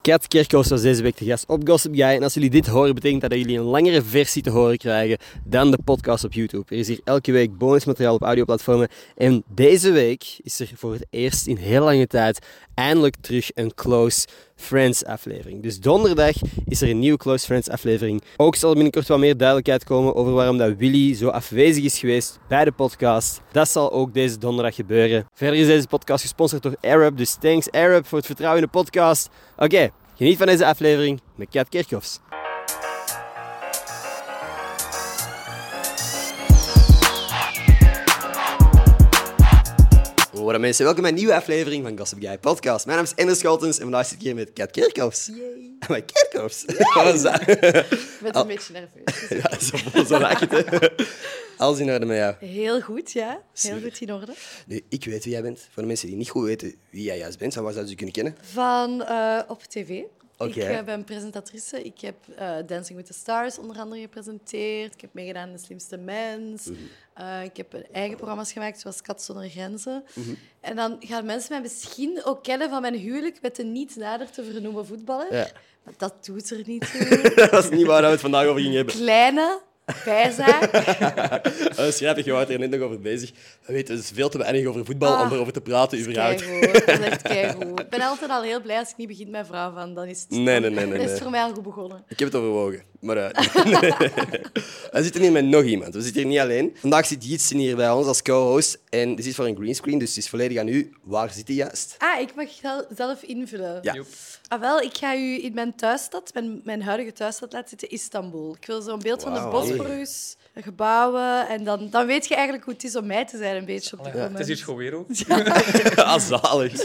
Kat Kerkhoffs was deze week de gast op Gossip Guy. En als jullie dit horen, betekent dat jullie een langere versie te horen krijgen dan de podcast op YouTube. Er is hier elke week bonusmateriaal op audioplatformen. En deze week is er voor het eerst in heel lange tijd eindelijk terug een Close Friends aflevering. Dus donderdag is er een nieuwe Close Friends aflevering. Ook zal er binnenkort wat meer duidelijkheid komen over waarom dat Willy zo afwezig is geweest bij de podcast. Dat zal ook deze donderdag gebeuren. Verder is deze podcast gesponsord door AirUp, dus thanks AirUp voor het vertrouwen in de podcast. Oké, geniet van deze aflevering met Kat Kerkhoffs. Hallo mensen, welkom bij een nieuwe aflevering van Gossip Guy Podcast. Mijn naam is Ender Scholtens en vandaag zit ik hier met Kat Kerkhoffs. Yay. Maar Kerkhoffs? Wat was dat? Ik ben een beetje nerveus. Ja, zo raak je het. Alles in orde met jou? Heel goed, ja. Heel Super. goed in orde. Nu, ik weet wie jij bent. Voor de mensen die niet goed weten wie jij juist bent, waar zouden ze je kunnen kennen? Van op tv. Oké. Ik ben presentatrice. Ik heb Dancing with the Stars onder andere gepresenteerd. Ik heb meegedaan aan De Slimste Mens. Ik heb eigen programma's gemaakt, zoals Kat Zonder Grenzen. En dan gaan mensen mij misschien ook kennen van mijn huwelijk met de niet nader te vernoemen voetballer. Ja. Maar dat doet er niet toe. Dat was niet waar we het vandaag over gingen hebben. Kleine bijzaak. Dat is grappig, je was er net nog over bezig. We weten, het is veel te weinig over voetbal om erover te praten, überhaupt. Keigoed. Dat is echt keigoed. Ik ben altijd al heel blij als ik niet begin met vrouw van. Dan is het, Nee. dan is het voor mij al goed begonnen. Ik heb het overwogen, maar... We zitten hier met nog iemand. We zitten hier niet alleen. Vandaag zit Jitsen hier bij ons als co-host. En dit is voor een greenscreen, dus het is volledig aan u. Waar zit hij juist? Ik mag zelf invullen. Ja. Wel, ik ga u in mijn thuisstad, mijn huidige thuisstad, laten zitten, Istanbul. Ik wil zo'n beeld van de Wauw. Bosporus, de gebouwen. En dan weet je eigenlijk hoe het is om mij te zijn, een beetje op dit moment. Het is hier schoon weer ook. Ah, zalig.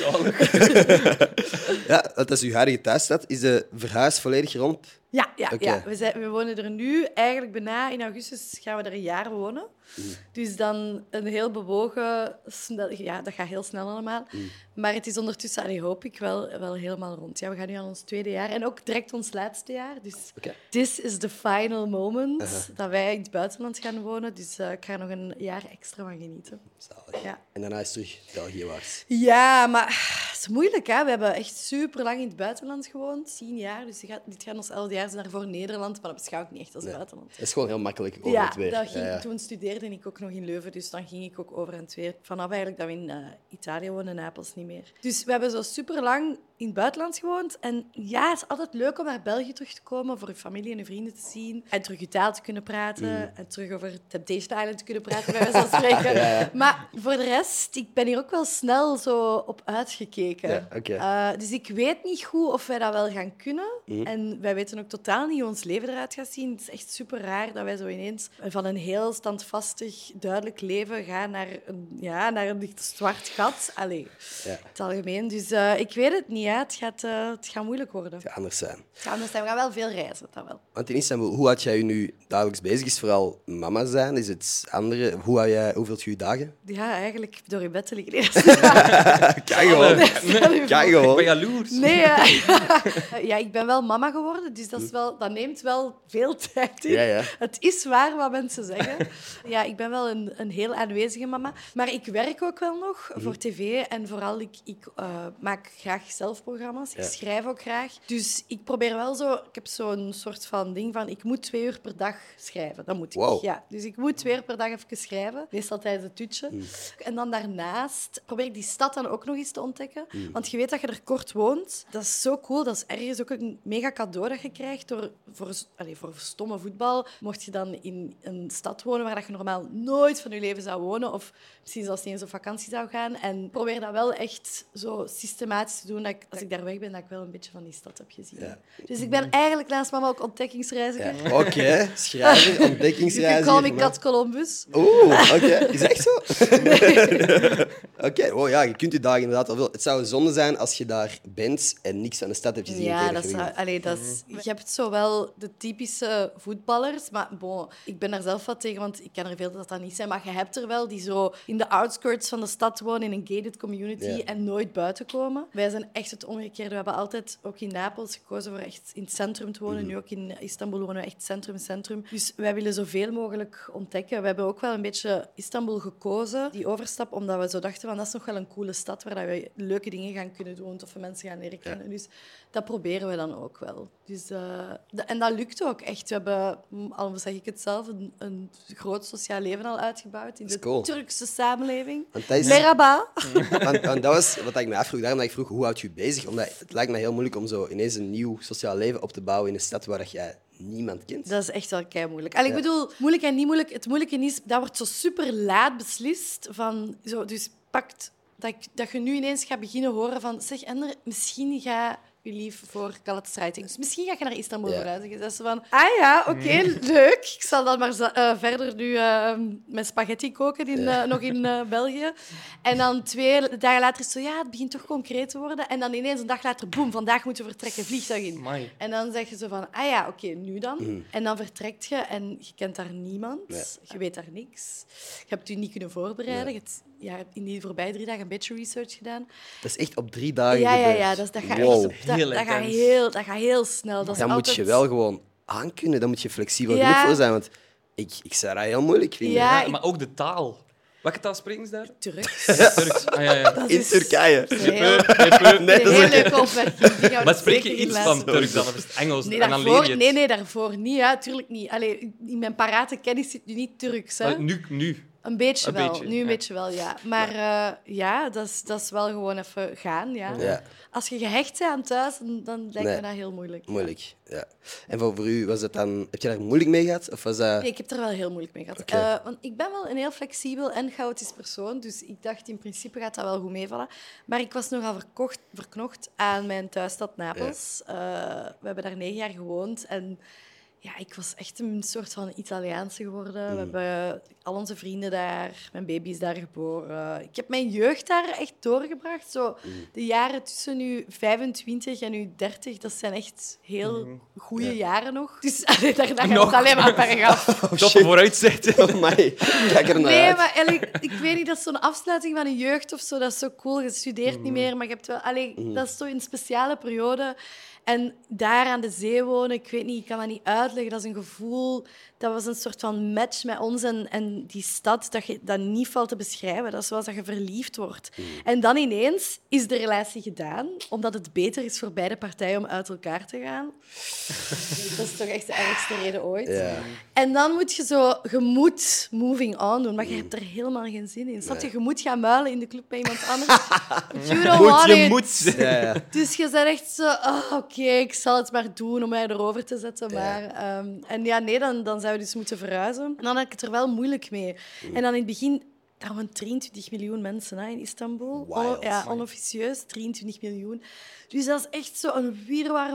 Ja, dat is uw huidige thuisstad. Is de verhuis volledig rond? Ja. Oké. We wonen er nu. Eigenlijk bijna in augustus gaan we er een jaar wonen. Dus dan een heel bewogen... Ja, dat gaat heel snel allemaal. Maar het is ondertussen, hoop ik, wel helemaal rond. Ja, we gaan nu aan ons tweede jaar. En ook direct ons laatste jaar. Dus this is the final moment dat wij in het buitenland gaan wonen. Dus ik ga er nog een jaar extra van genieten. Zalig. Ja. En daarna is het terug België-waarts. Ja, maar het is moeilijk, hè. We hebben echt super lang in het buitenland gewoond. 10 jaar. Dus dit gaat ons 11e jaar zijn daarvoor Nederland. Maar dat beschouw ik niet echt als buitenland. Het is gewoon heel makkelijk over Ja, het weer. toen studeerde ik ook nog in Leuven, dus dan ging ik ook over en het weer. Vanaf eigenlijk dat we in Italië wonen, Napels niet meer. Dus we hebben zo super lang in het buitenland gewoond. En ja, het is altijd leuk om naar België terug te komen, voor je familie en je vrienden te zien. En terug je taal te kunnen praten. En terug over Temptation Island te kunnen praten, bij wijze van spreken. Ja. Maar voor de rest, ik ben hier ook wel snel zo op uitgekeken. Ja, oké. Dus ik weet niet goed of wij dat wel gaan kunnen. En wij weten ook totaal niet hoe ons leven eruit gaat zien. Het is echt super raar dat wij zo ineens van een heel standvastig, duidelijk leven gaan naar een dicht zwart gat. Allee, het algemeen. Dus ik weet het niet. Hè. Het gaat moeilijk worden. Het gaat anders zijn. Het gaat anders zijn. We gaan wel veel reizen, dat wel. Want in Istanbul, hoe had jij je nu dagelijks bezig? Is het vooral mama zijn? Is het andere? Hoe vult je je dagen? Ja, eigenlijk door je bed te liggen. Kan gewoon. Kan Ik gewoon. ben jaloers. Nee, ja, ik ben wel mama geworden, dus dat neemt wel veel tijd in. Ja. Het is waar wat mensen zeggen. Ja, ik ben wel een heel aanwezige mama. Maar ik werk ook wel nog voor tv en vooral ik maak graag zelf programma's. Ik schrijf ook graag. Dus ik probeer wel zo... Ik heb zo'n soort van ding van... Ik moet 2 uur per dag schrijven. Dat moet ik. Wow. Ja, dus ik moet 2 uur per dag even schrijven. Meestal tijdens het tutje. En dan daarnaast probeer ik die stad dan ook nog eens te ontdekken. Want je weet dat je er kort woont. Dat is zo cool. Dat is ergens ook een mega cadeau dat je krijgt voor stomme voetbal. Mocht je dan in een stad wonen waar je normaal nooit van je leven zou wonen, of misschien zelfs niet eens op vakantie zou gaan. En probeer dat wel echt zo systematisch te doen, dat als ik daar weg ben, dat ik wel een beetje van die stad heb gezien. Ja. Dus ik ben eigenlijk naast mama ook ontdekkingsreiziger. Ja. Oké, schrijver, You ontdekkingsreiziger. can call me Kat Columbus. Oké. Is dat echt zo? Oké, ja, je kunt je dagen inderdaad al veel. Het zou een zonde zijn als je daar bent en niks aan de stad hebt gezien. Ja, je hebt zo wel de typische voetballers, maar bon, ik ben daar zelf wat tegen, want ik ken er veel dat niet zijn, maar je hebt er wel die zo in de outskirts van de stad wonen, in een gated community en nooit buiten komen. Wij zijn echt het omgekeerde. We hebben altijd, ook in Napels, gekozen voor echt in het centrum te wonen. Nu ook in Istanbul wonen we echt centrum. Dus wij willen zoveel mogelijk ontdekken. We hebben ook wel een beetje Istanbul gekozen, die overstap, omdat we zo dachten van dat is nog wel een coole stad waar we leuke leuke dingen gaan kunnen doen, toffe mensen gaan leren kennen. Dus dat proberen we dan ook wel. Dus, en dat lukt ook echt. We hebben, al zeg ik het zelf, een groot sociaal leven al uitgebouwd in de Turkse samenleving. Merhaba. Want dat was wat ik me afvroeg. Daarom dat ik vroeg, hoe houd je je bezig? Omdat het lijkt me heel moeilijk om zo ineens een nieuw sociaal leven op te bouwen in een stad waar jij niemand kent. Dat is echt wel kei moeilijk. Ik bedoel, moeilijk en niet moeilijk. Het moeilijke is, dat wordt zo super laat beslist. Dus pakt dat je nu ineens gaat beginnen horen van... Zeg, Ender, misschien ga je lief voor Galatasaray. Dus misschien ga je naar Istanbul verhuizen. Dat is van, oké, leuk. Ik zal dan maar verder nu mijn spaghetti koken nog in België. En dan 2 dagen later is het zo, het begint toch concreet te worden. En dan ineens een dag later, boem, vandaag moeten we vertrekken, vliegtuig in. Amai. En dan zeg je zo van, oké, nu dan. En dan vertrekt je en je kent daar niemand. Nee. Je weet daar niks. Je hebt je niet kunnen voorbereiden. Nee. Je hebt in die voorbije 3 dagen een beetje research gedaan. Dat is echt op 3 dagen Ja. gebeurd. Dat gaat Wow. echt dat gaat heel snel. Dat is Dan moet je altijd... wel gewoon aankunnen. Dan moet je flexibel Ja. genoeg voor zijn. Want ik zou dat heel moeilijk vinden. Ja, Maar ook de taal. Welke taal spreken ze daar? Turks. Turks. Ja. Dat In is Turkije. een Nee, dat is heel leuke opmerking. Die gaan we Maar spreek zeker je iets inlaten. van Turks dan? Of is het Engels? Nee, en dan leer je het. daarvoor niet. Ja, tuurlijk niet. Allee, in mijn parate kennis zit nu niet Turks. Hè. Maar nu. Een beetje Een wel. beetje, Nu een ja. beetje wel, ja. Maar dat is wel gewoon even gaan, ja. Ja. Als je gehecht bent aan thuis, dan lijkt Nee. me dat heel moeilijk. ja. Moeilijk, ja. En voor u, was dat dan... Heb je daar moeilijk mee gehad? Of was dat... Nee, ik heb er wel heel moeilijk mee gehad. Oké. Want ik ben wel een heel flexibel en chaotisch persoon. Dus ik dacht, in principe gaat dat wel goed meevallen. Maar ik was nogal verknocht aan mijn thuisstad Napels. We hebben daar 9 jaar gewoond. En ja, ik was echt een soort van Italiaanse geworden. We hebben al onze vrienden daar. Mijn baby is daar geboren. Ik heb mijn jeugd daar echt doorgebracht. Zo, de jaren tussen nu 25 en nu 30, dat zijn echt heel goede jaren nog. Dus daar gaat het Nog. alleen maar bergaf. Toffe vooruitzichten. Oh my, kijk er naar Nee, uit. maar eigenlijk, ik weet niet, dat is zo'n afsluiting van een jeugd of zo. Dat is zo cool. Je studeert niet meer, maar je hebt wel... dat is zo een speciale periode. En daar aan de zee wonen, ik weet niet, ik kan dat niet uitleggen. Dat is een gevoel... Dat was een soort van match met ons en die stad dat niet valt te beschrijven. Dat is zoals dat je verliefd wordt. En dan ineens is de relatie gedaan, omdat het beter is voor beide partijen om uit elkaar te gaan. Dat is toch echt de ergste reden ooit. Ja. En dan moet je moet moving on doen, maar je hebt er helemaal geen zin in. Snap je? Je moet gaan muilen in de club bij iemand anders. But you don't want Je it. moet. Ja. Dus je bent echt zo, oké, ik zal het maar doen om mij erover te zetten. Maar, en ja, nee, dan zijn we dus moeten verhuizen. En dan had ik het er wel moeilijk mee. En dan in het begin, daar wonen 23 miljoen mensen in Istanbul. Wild. Onofficieus, 23 miljoen. Dus dat is echt zo een wirwar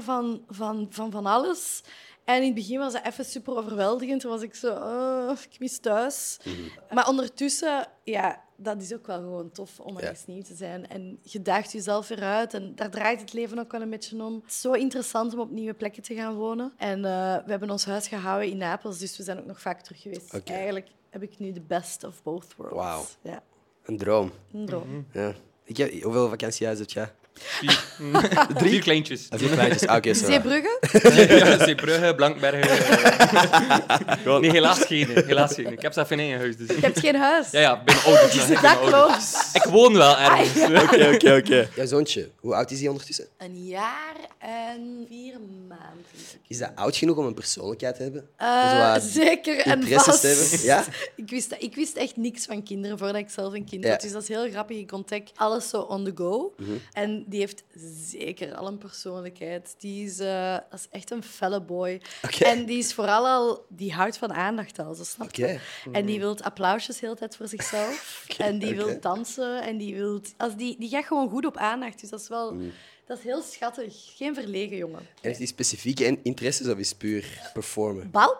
van alles. En in het begin was dat even super overweldigend. Toen was ik zo, ik mis thuis. Maar ondertussen, ja, dat is ook wel gewoon tof om ergens nieuw te zijn. En je daagt jezelf weer uit. En daar draait het leven ook wel een beetje om. Het is zo interessant om op nieuwe plekken te gaan wonen. En we hebben ons huis gehouden in Napels, dus we zijn ook nog vaak terug geweest. Oké. Eigenlijk heb ik nu de best of both worlds. Wauw. Ja, Een droom. een droom. Ja. Hoeveel vakantiehuizen heb jij? 4 kleintjes. 4 kleintjes. Ah, oké, sorry. Zeebrugge? Ja, Zeebrugge, Blankbergen. Nee, helaas geen. Ik heb zelf geen eigen huis. Dus. Je hebt geen huis. Ja, ik ben ouders. Je nog. zit Ik ben ouders. dakloos. Ik woon wel ergens. Oké. Jouw zoontje, hoe oud is hij ondertussen? Een jaar en 4 maanden. Is dat oud genoeg om een persoonlijkheid te hebben? Zeker en interesses vast. te hebben? Ja? Ik wist echt niks van kinderen voordat ik zelf een kind had. Dus dat is heel grappig. Ik ontdek alles zo on the go. En die heeft zeker al een persoonlijkheid. Dat is echt een felle boy. Oké. En die is vooral al... Die houdt van aandacht al, zo snap je? Oké. En die wil applausjes de hele tijd voor zichzelf. En die wil dansen. En die gaat gewoon goed op aandacht. Dus dat is wel... Dat is heel schattig. Geen verlegen jongen. En heeft hij specifieke interesses of is het puur performen? Bal.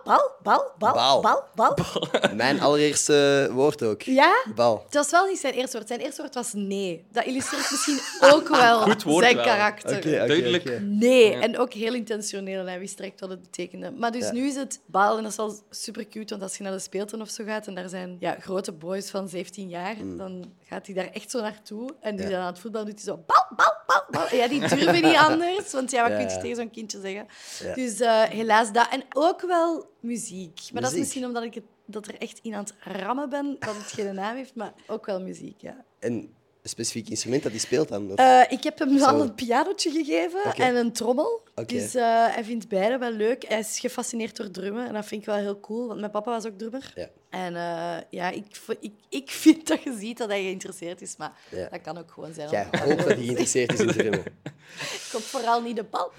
Mijn allereerste woord ook. Ja? Bal. Het was wel niet zijn eerste woord. Zijn eerste woord was nee. Dat illustreert misschien ook wel Goed woord zijn wel. karakter. Duidelijk. Nee, en ook heel intentioneel. En hij wist direct wat het betekende. Maar dus nu is het bal. En dat is wel super cute, want als je naar de speeltuin of zo gaat en daar zijn grote boys van 17 jaar, dan gaat hij daar echt zo naartoe. En die dan aan het voetbal doet hij zo bal. En ja, die durven niet anders. Want wat kun je tegen zo'n kindje zeggen? Ja. Dus helaas dat. En ook wel muziek. Maar dat is Muziek. misschien omdat ik er echt in aan het rammen ben, dat het geen naam heeft, maar ook wel muziek, ja. En specifiek instrument dat hij speelt dan? Of? Ik heb hem al een pianotje gegeven en een trommel. Oké. Dus hij vindt beide wel leuk. Hij is gefascineerd door drummen en dat vind ik wel heel cool, want mijn papa was ook drummer. Ja. En ik vind dat je ziet dat hij geïnteresseerd is, maar Ja. dat kan ook gewoon zijn. Jij hoopt dat hij geïnteresseerd is in drummen. Komt vooral niet de bal.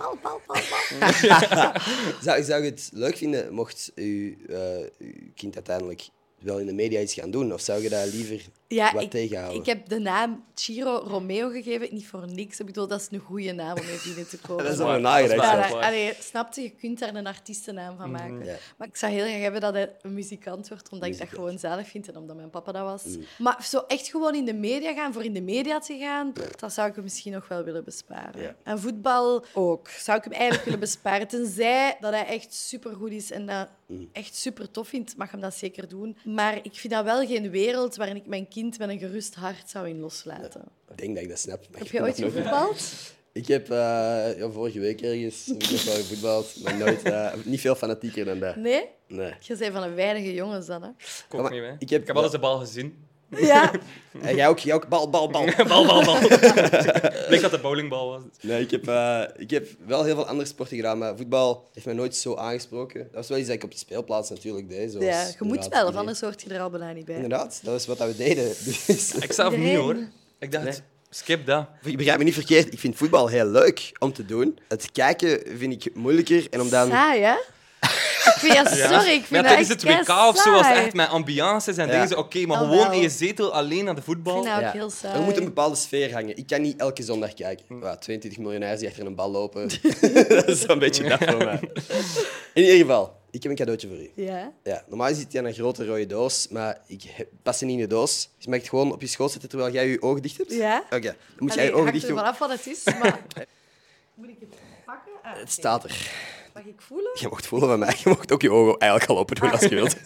Zou je het leuk vinden mocht uw kind uiteindelijk wel in de media iets gaan doen? Of zou je daar liever wat tegenhouden? Ik heb de naam Ciro Romeo gegeven, niet voor niks. Ik bedoel, dat is een goede naam om mee binnen te komen. Dat is waar. wel nagedacht. Dat is zelf. waar. Snap je? Je kunt daar een artiestennaam van maken. Ja. Maar ik zou heel graag hebben dat hij een muzikant wordt, omdat ik dat gewoon zelf vind en omdat mijn papa dat was. Maar zo echt gewoon in de media gaan, voor in de media te gaan, dat zou ik hem misschien nog wel willen besparen. Ja. En voetbal ook. Zou ik hem eigenlijk willen besparen. Tenzij dat hij echt supergoed is en dat echt super tof vindt, mag hem dat zeker doen. Maar ik vind dat wel geen wereld waarin ik mijn kind met een gerust hart zou in loslaten. Ik denk dat ik dat snap. maar Heb ik je heb ooit dat nooit- gevoetbald? Ik heb vorige week ergens heb ik nog wel gevoetbald, maar nooit, niet veel fanatieker dan dat. Nee? Nee. Je bent van de weinige jongens dan, hè? Ik ook Maar niet, hè. ik Ik heb heb al eens de bal gezien. Ja. En jij ook bal. Bal. Bleek dat de bowlingbal was. Nee, ik heb wel heel veel andere sporten gedaan, maar voetbal heeft mij nooit zo aangesproken. Dat was wel iets dat ik op de speelplaats natuurlijk deed. Zoals Ja, je moet inderdaad wel, of iedereen. anders hoort je er al bijna niet bij. Inderdaad, dat is wat we deden. Dus, Ik zelf niet, Iedereen. hoor. Ik dacht, Nee. skip dat. ik begrijp me niet verkeerd, ik vind voetbal heel leuk om te doen. Het kijken vind ik moeilijker en om dan... Saai, hè? Ik vind, ja, sorry, ik vind Maar dat tijdens echt het WK of zo was het saai. echt met ambiances en Ja. dingen. Oké, maar Oh, gewoon wel. in je zetel alleen naar de Ik voetbal. vind dat ook heel saai. Er moet een bepaalde sfeer hangen. Ik kan niet elke zondag kijken. 22 miljonairs die achter een bal lopen. Dat is een beetje dat voor mij. In ieder geval, ik heb een cadeautje voor u. Ja? Ja, normaal zit hij aan een grote rode doos, maar pas niet in de doos. Dus je mag het gewoon op je schoot zetten terwijl jij je ogen dicht hebt. Ja? Oké, dan moet jij Allee, je ogen hangt dicht er doen. vanaf wat het is, maar... Moet ik het pakken? Ah, Het oké. staat er. Mag ik voelen? Je mocht voelen van mij. Je mocht ook je ogen eigenlijk al open doen als je wilt.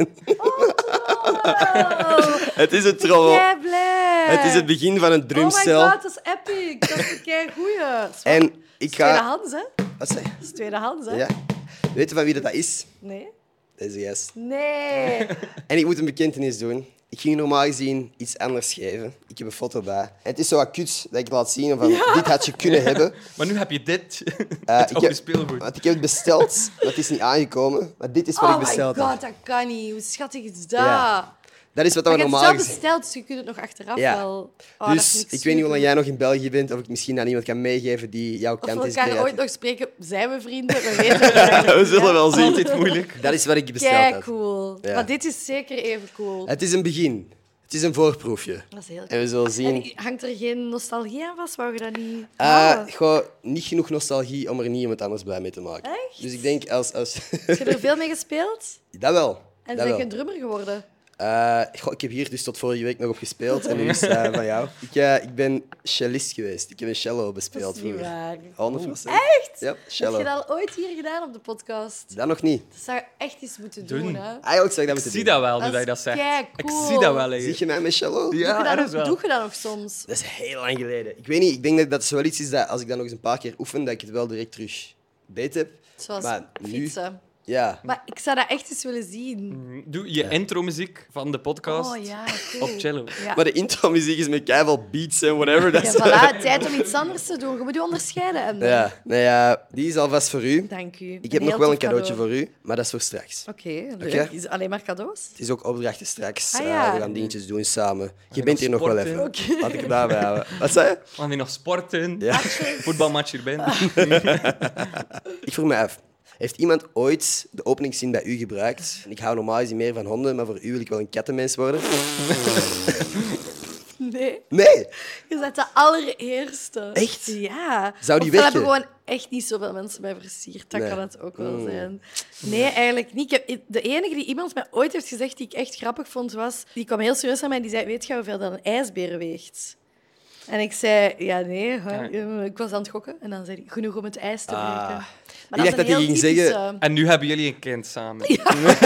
Het is een trommel. Jij blij. Het is het begin van een Oh drumstel. my god, dat is epic. Dat is een keigoeie. En Dat ik is ga... tweedehands, hè? Wat zei je? Dat is tweedehands, hè? Ja. Weet je van wie dat is? Nee? Deze gast. Nee. En ik moet een bekentenis doen. Ik ging normaal gezien iets anders geven. Ik heb een foto bij. En het is zo acuut dat ik laat zien van dit had je kunnen hebben. Maar nu heb je dit. Ik Het oude heb, speelgoed. want ik heb het besteld, maar het is niet aangekomen. Maar dit is wat Oh ik my besteld heb. god, dat kan niet. Hoe schattig is dat? Ja. Dat is wat Maar we je hebt normaal het zelf gezien... besteld, dus je kunt het nog achteraf Ja. wel... Oh, dat Dus vind ik weet niet hoe lang super. jij nog in België bent, of ik misschien aan iemand kan meegeven die jouw Of kant we is. elkaar bereid. ooit nog spreken, zijn we vrienden? We weten het eigenlijk We niet, zullen hè? wel zien. Altijd moeilijk. Dat is wat ik besteld Kijk, had. cool. Ja. Maar dit is zeker even cool. Het is een begin. Het is een voorproefje. Dat is heel En we zullen zien... En hangt er geen nostalgie aan vast? Wou je dat niet Gewoon niet genoeg nostalgie om er niet iemand anders blij mee te maken. Echt? Dus ik denk als... Heb je er veel mee gespeeld? Dat wel. En dat ben je wel. een drummer geworden? Ik heb hier dus tot vorige week nog op gespeeld. En nu is het van jou. Ik ben cellist geweest. Ik heb een cello bespeeld Dat is niet vroeger. waar. 100%. Echt? Ja, Heb cello. je dat al ooit hier gedaan op de podcast? Dat nog niet. Dat zou je echt eens moeten doen, Doen. hè? Eigenlijk zou ik dat Ik moeten zie doen. dat wel, nu Dat dat je dat is zegt. keicool. Ik zie dat wel. Zie Hè. je mij met cello? Doe je Ja, dat ergens nog, wel. doe je dat nog soms? Dat is heel lang geleden. Ik weet niet, ik denk dat dat wel iets is dat als ik dat nog eens een paar keer oefen, dat ik het wel direct terug beet heb. Zoals Maar nu- fietsen. Ja. Maar ik zou dat echt eens willen zien. Doe je intro-muziek van de podcast Oh ja, cool. op cello. Ja. Maar de intro-muziek is met keiveel beats en whatever. Dat Ja, is... voilà, tijd om iets anders te doen. Je moet je onderscheiden. Ender. Ja, nee, die is alvast voor u. Dank u. Ik heb nog wel een cadeautje voor u, maar dat is voor straks. Oké, leuk. Oké. Is het alleen maar cadeaus? Het is ook opdrachten straks. Ah, ja. We gaan dingetjes doen samen. Je nog bent hier nog wel sporten? even. Laat ik het daarbij houden. Wat zei je? Gaan die nog sporten? Ja. Voetbalmatch hierbij. Ik vroeg me af. Heeft iemand ooit de openingszin bij u gebruikt? Ik hou normaal gezien meer van honden, maar voor u wil ik wel een kattenmens worden. Nee. Nee! Je bent de allereerste. Echt? Ja. Zou die Ofwel weg hebben je? gewoon echt niet zoveel mensen mij versierd. Dat Nee. kan het ook wel zijn. Nee, eigenlijk niet. De enige die iemand mij ooit heeft gezegd die ik echt grappig vond, was... Die kwam heel serieus naar mij en die zei... Weet je hoeveel dat een ijsbeer weegt? En ik zei... Ja, nee. Hè. Ik was aan het gokken. En dan zei hij... Genoeg om het ijs te breken. Maar Ik dacht is dat een hij heel ging typische- zeggen- En nu hebben jullie een kind samen. Ik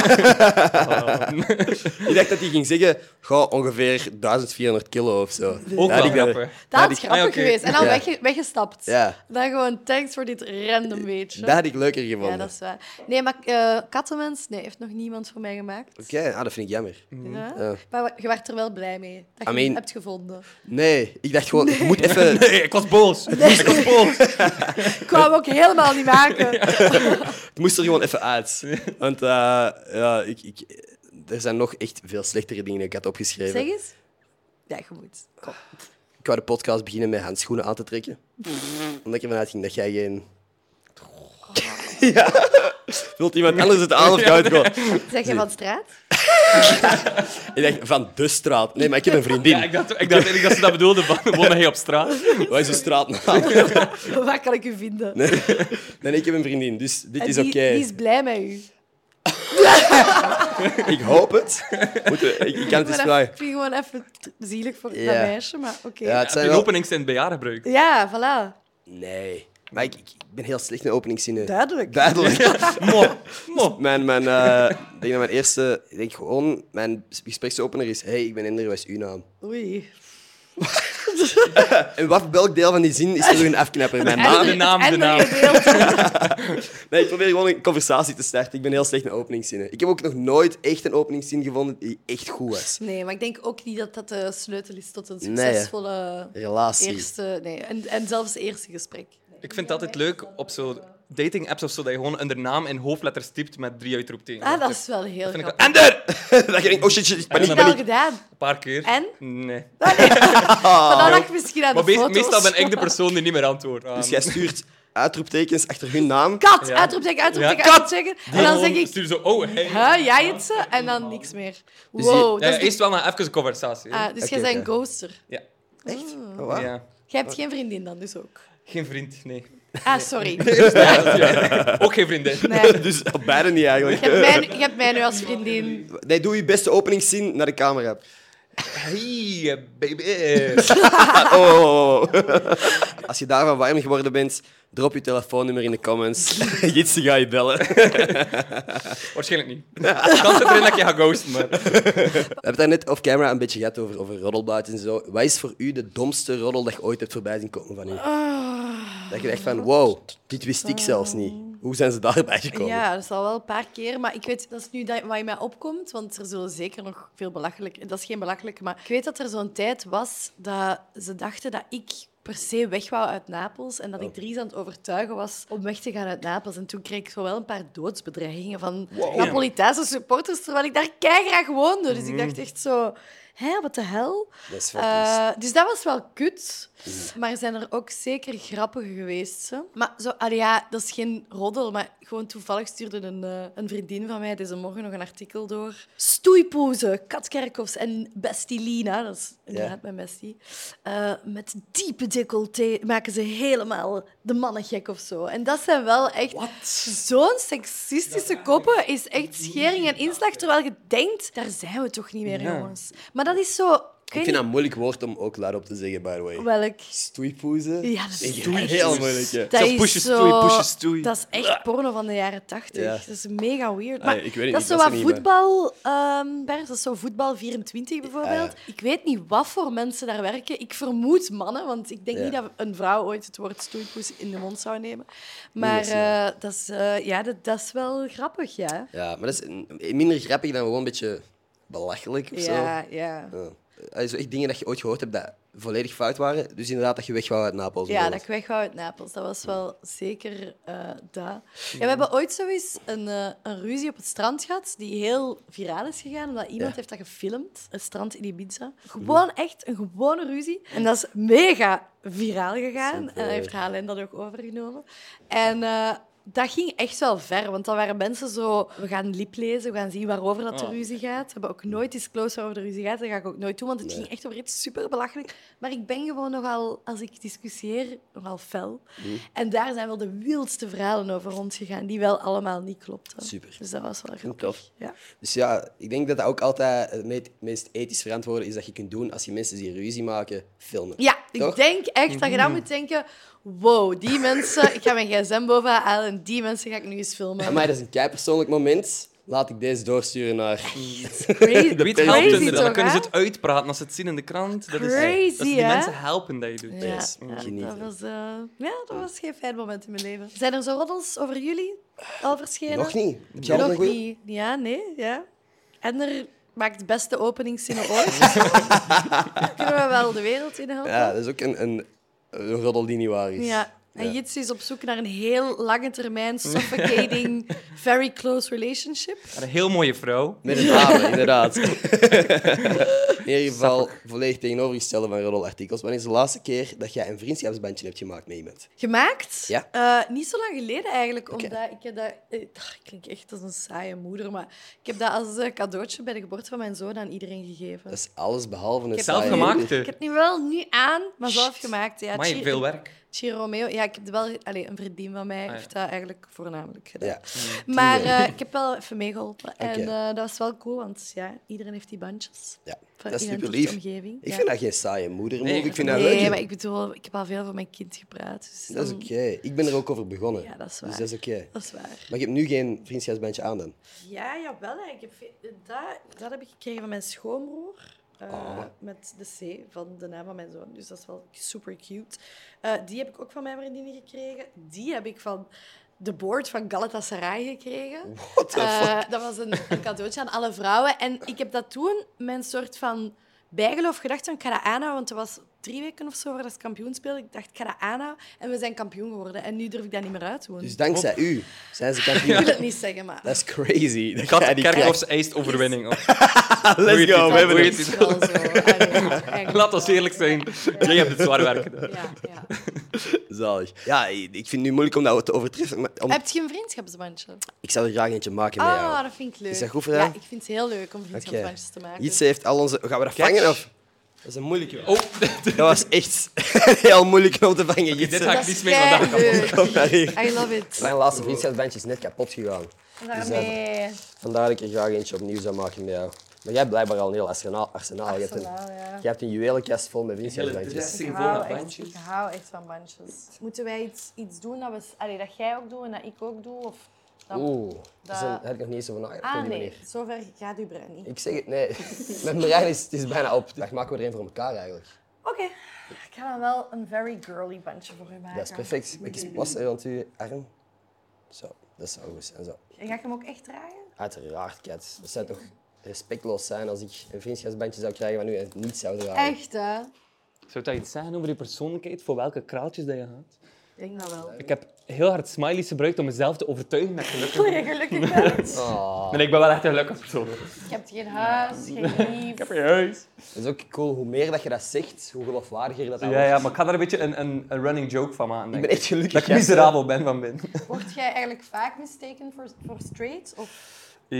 dacht dat hij ging zeggen, goh, ongeveer 1400 kilo of zo. Ook Dat had wel ik dan- grappig. Dat had is ik- grappig oké. geweest. En dan Ja. weggestapt. Ja, Dan gewoon, thanks voor dit random beetje. dat had ik leuker gevonden. Ja, dat is waar. Nee, maar Kattenmens, nee, heeft nog niemand voor mij gemaakt. Oké, dat vind ik jammer. Ja? Ja. Maar je werd er wel blij mee dat je I mean- hem hebt gevonden. Nee, ik dacht gewoon, je moet even... Nee, ik was boos. Ik was boos. Ik wou hem ook helemaal niet maken. Het moest er gewoon even uit. Want ja, er zijn nog echt veel slechtere dingen die ik had opgeschreven. Zeg eens. Ja, je moet. Kom. Ik wou de podcast beginnen met handschoenen aan te trekken. Omdat ik ervan uitging dat jij geen... Ja. Wilt iemand anders het aan of ga je het gewoon... Zeg je van straat? Ik dacht, van de straat. Nee, maar ik heb een vriendin. Ja, ik dacht eigenlijk dat ze dat bedoelden. Woonde hij op straat? Wat is de straatnaam? Waar kan ik u vinden? Nee, ik heb een vriendin, dus dit En is die, oké. die is blij met u. Ik hoop het. Ik kan het eens Maar vragen. ik vind het gewoon even zielig voor Ja. dat meisje, maar oké. Ja, het Heb zijn je wel... openingszin bij jaren gebruikt? Ja, voilà. Nee. Maar ik ben heel slecht in openingszinnen. Duidelijk. Duidelijk. Mo. Mijn eerste... Ik denk gewoon... Mijn gespreksopener is... Hey, ik ben Ender, wat is uw naam? Oei. En welk deel van die zin is er een afknapper? Mijn naam? de naam, de En naam. gedeelte. Nee, ik probeer gewoon een conversatie te starten. Ik ben heel slecht in openingszinnen. Ik heb ook nog nooit echt een openingszin gevonden die echt goed was. Nee, maar ik denk ook niet dat dat de sleutel is tot een Nee, hè. succesvolle Relatie. eerste... Nee, en zelfs eerste gesprek. Ik vind het altijd leuk op zo dating-apps of zo, dat je gewoon een naam in hoofdletters typt met 3 uitroeptekens. Ah, dat is wel heel vind ik grappig. Ender! Dat je denkt, oh shit, Heb paniek, je dat al paniek. gedaan? Een paar keer. En? Nee. Maar dan lag ik misschien aan de Maar foto's. meestal ben ik de persoon die niet meer antwoordt. Dus jij stuurt uitroeptekens achter hun naam. Kat! Ja. Uitroepteken, uitroepteken, Ja. uitroepteken. En dan zeg ik... Stuur zo, oh, hey. Huh, jij het ze? En dan niks meer. Dus Wow. Ja, dat is de- eerst wel maar even een conversatie. hè. Dus Oké, jij bent een oké. ghoster. Ja. Echt? Oh, wow. Ja. Jij hebt geen vriendin dan dus ook. Geen vriend, nee. Ah, sorry. Ook geen vriendin. Nee. Dus op beide niet eigenlijk. Je hebt mij nu als vriendin. Nee, doe je beste openingszin naar de camera. Hey, baby. Oh. Als je daarvan warm geworden bent, drop je telefoonnummer in de comments. Jitse ga je bellen. Waarschijnlijk niet. De kans zit erin dat je gaat ghosten, maar... We hebben het daar net off-camera een beetje gehad over roddelbuiten en zo. Wat is voor u de domste roddel dat je ooit hebt voorbij zien komen van u? Dat je dacht van, wow, dit wist ik zelfs niet. Hoe zijn ze daarbij gekomen? Ja, dat is al wel een paar keer. Maar ik weet, dat is nu wat in mij opkomt. Want er zullen zeker nog veel belachelijk... Dat is geen belachelijk, maar ik weet dat er zo'n tijd was dat ze dachten dat ik per se weg wou uit Napels en dat ik Dries aan het overtuigen was om weg te gaan uit Napels. En toen kreeg ik zo wel een paar doodsbedreigingen van Napolitaanse supporters, terwijl ik daar keigraag woonde. Dus ik dacht echt zo... Hé, wat de hel? Dat is wel Dus dat was wel kut. Maar er zijn er ook zeker grappige geweest. Hè? Maar zo, ja, dat is geen roddel, maar gewoon toevallig stuurde een vriendin van mij deze morgen nog een artikel door. Stoeipoezen, Kat Kerkhoffs en Bestie Lina, dat is inderdaad mijn bestie, met diepe decolleté maken ze helemaal de mannen gek of zo. En dat zijn wel echt... Zo'n seksistische koppen is echt schering en inslag, terwijl je denkt, daar zijn we toch niet meer, jongens. Maar dat is zo... Ik vind dat een moeilijk woord om ook luid op te zeggen, by the way. Welk? Stoeipoezen? Ja, dat is Echt heel moeilijk. Ja. Dat Zo is pushen, zo... stoei, pushen, stoei. Dat is echt porno van de jaren 80. Ja. Dat is mega weird. Ah, Maar ik weet het dat niet, is zo dat wat is er niet voetbal, Bert. Dat is zo voetbal 24 bijvoorbeeld. Ah, Ik weet niet wat voor mensen daar werken. Ik vermoed mannen, want ik denk Ja. niet dat een vrouw ooit het woord stoeipoes in de mond zou nemen. Maar dat is dat is wel grappig, ja. Ja, maar dat is minder grappig dan gewoon een beetje belachelijk of zo. Ja. Ja. Zo echt dingen dat je ooit gehoord hebt dat volledig fout waren. Dus inderdaad dat je weg wou uit Napels. Ja, dat ik weg wou uit Napels. Dat was wel zeker dat. Ja, we hebben ooit zo eens een ruzie op het strand gehad die heel viraal is gegaan, omdat iemand heeft dat gefilmd. Het strand in Ibiza. Gewoon echt een gewone ruzie. En dat is mega viraal gegaan. En dan heeft HLN dat ook overgenomen. En... dat ging echt wel ver, want dan waren mensen zo... We gaan lip lezen, we gaan zien waarover dat de ruzie gaat. We hebben ook nooit disclosed waarover de ruzie gaat. Dat ga ik ook nooit doen, want het ging echt over iets super belachelijk. Maar ik ben gewoon nogal, als ik discussieer, nogal fel. En daar zijn wel de wildste verhalen over rondgegaan, die wel allemaal niet klopten. Super. Dus dat was wel grappig. Tof. Ja. Dus ja, ik denk dat dat ook altijd het meest ethisch verantwoorde is dat je kunt doen als je mensen die ruzie maken, filmen. Ja, Toch? ik denk echt dat je dan moet denken... Wow, die mensen... Ik ga mijn gsm boven halen en die mensen ga ik nu eens filmen. Maar dat is een keipersoonlijk moment. Laat ik deze doorsturen naar... Crazy, Weet je, helpt crazy hun, dan toch, kunnen ze hè? het uitpraten als ze het zien in de krant. Dat is, Crazy, dat is die hè? mensen helpen dat je doet. Ja, Yes. Genieten. dat was geen fijn moment in mijn leven. Zijn er zo roddels over jullie al verschenen? Nog niet. Heb jij nog Nog een goeie? niet. Ja, nee, ja. En er maakt de beste openingszinnen ooit. Kunnen we wel de wereld in helpen? Ja, dat is ook een roddel die niet waar is. Ja. En Jits is op zoek naar een heel lange termijn, suffocating, very close relationship. Een heel mooie vrouw. Met een dame, inderdaad. In ieder geval volledig tegenovergestelde van roddelartikels. Wanneer is de laatste keer dat jij een vriendschapsbandje hebt gemaakt met iemand? Gemaakt? Ja. Niet zo lang geleden eigenlijk, omdat ik heb dat... Ik klink echt als een saaie moeder, maar ik heb dat als cadeautje bij de geboorte van mijn zoon aan iedereen gegeven. Dat is alles behalve een Zelf saaie gemaakt, moeder. Ik heb het nu wel niet aan, maar zelf gemaakt. Ja, Maar veel werk. Romeo, ja, ik heb wel... een vriendin van mij heeft dat eigenlijk voornamelijk gedaan. Ja. Maar ik heb wel even meegeholpen. Oké. En dat was wel cool, want ja, iedereen heeft die bandjes. Ja, Van dat is in een super lief. dichte omgeving. Ik Ja. vind dat geen saaie moeder. Nee, Ik vind dat Nee, leuk. maar ik bedoel, ik heb al veel voor mijn kind gepraat. Dus Dat is dan- oké. Ik ben er ook over begonnen. Ja, dat is waar. Dus dat is oké. Dat is waar. Maar ik heb nu geen vriendschapsbandje aan dan. Ja, jawel. Hè. Ik heb dat heb ik gekregen van mijn schoonbroer. Met de C van de naam van mijn zoon. Dus dat is wel super cute. Die heb ik ook van mijn vriendinnen gekregen. Die heb ik van de board van Galatasaray gekregen. What the fuck? Dat was een cadeautje aan alle vrouwen. En ik heb dat toen mijn soort van bijgeloof gedacht van ik ga dat aanhouden. Want het was 3 weken of zo voordat ze kampioen speelden. Ik dacht, ik ga dat aanhouden. En we zijn kampioen geworden. En nu durf ik dat niet meer uit te doen. Dus dankzij u zijn ze Ik kampioen. wil het niet zeggen, maar... Dat is crazy. Dat jij die Kerkhoffs eist overwinning. Op. Let's go, we hebben het. het. is wel zo. Eigenlijk Laat ons wel. eerlijk zijn. Jij hebt het zwaar werk gedaan. Ja. Zalig. Ja, ik vind het nu moeilijk om dat te overtreffen. Maar Heb je een vriendschapsbandje? Ik zou er graag eentje maken met jou. Dat vind ik leuk. Is dat goed voor jou? Ja, ik vind het heel leuk om vriendschapsbandjes te maken. Iets heeft al onze... Gaan we dat vangen? Of? Dat is een moeilijke. Oh, Dat was echt heel moeilijk om te vangen. dit Jitse. ga ik Dat niet is meer vandaag kapot. leuk. Kom maar hier. I love it. Mijn laatste vriendschapsbandje is net kapot gegaan. Daarmee. Vandaar dat ik er graag eentje opnieuw zou maken met jou. Maar jij hebt blijkbaar al een heel arsenaal. Je hebt een juwelenkast vol met vriendschapsbandjes. Ik hou echt van bandjes. Moeten wij iets doen dat jij ook doet en dat ik ook doe? Of dat... Daar heb ik nog niet eens over nagedacht. op die nee. manier. Zover gaat uw brein niet. Ik zeg het, nee. Mijn brein is bijna op. Daar maken we er een voor elkaar eigenlijk. Oké. Ik ga dan wel een very girly bandje voor u maken. Dat is perfect. Mag ik eens plassen rond uw arm? Zo, dat zou goed zijn. Zo. En ga ik hem ook echt dragen? Uiteraard, Kat. Dat zou toch respectloos zijn als ik een vriendschapsbandje zou krijgen van u en het niet zou dragen. Echt, hè? Zou dat iets zeggen over je persoonlijkheid? Voor welke kraaltjes dat je gaat? Ik denk dat wel. Ik heb heel hard smileys gebruikt om mezelf te overtuigen dat ik gelukkig Dat ben. je gelukkig bent. Nee, ik ben wel echt een gelukkig persoon. Je hebt geen huis, geen lief. Ik heb geen huis. Dat is ook cool. Hoe meer dat je dat zegt, hoe geloofwaardiger dat wordt. Ja, maar ik ga daar een beetje een running joke van maken. Ik Denk ben echt gelukkig. dat ik gast, hè. miserabel ben van binnen. Word jij eigenlijk vaak mistaken voor straight? Of...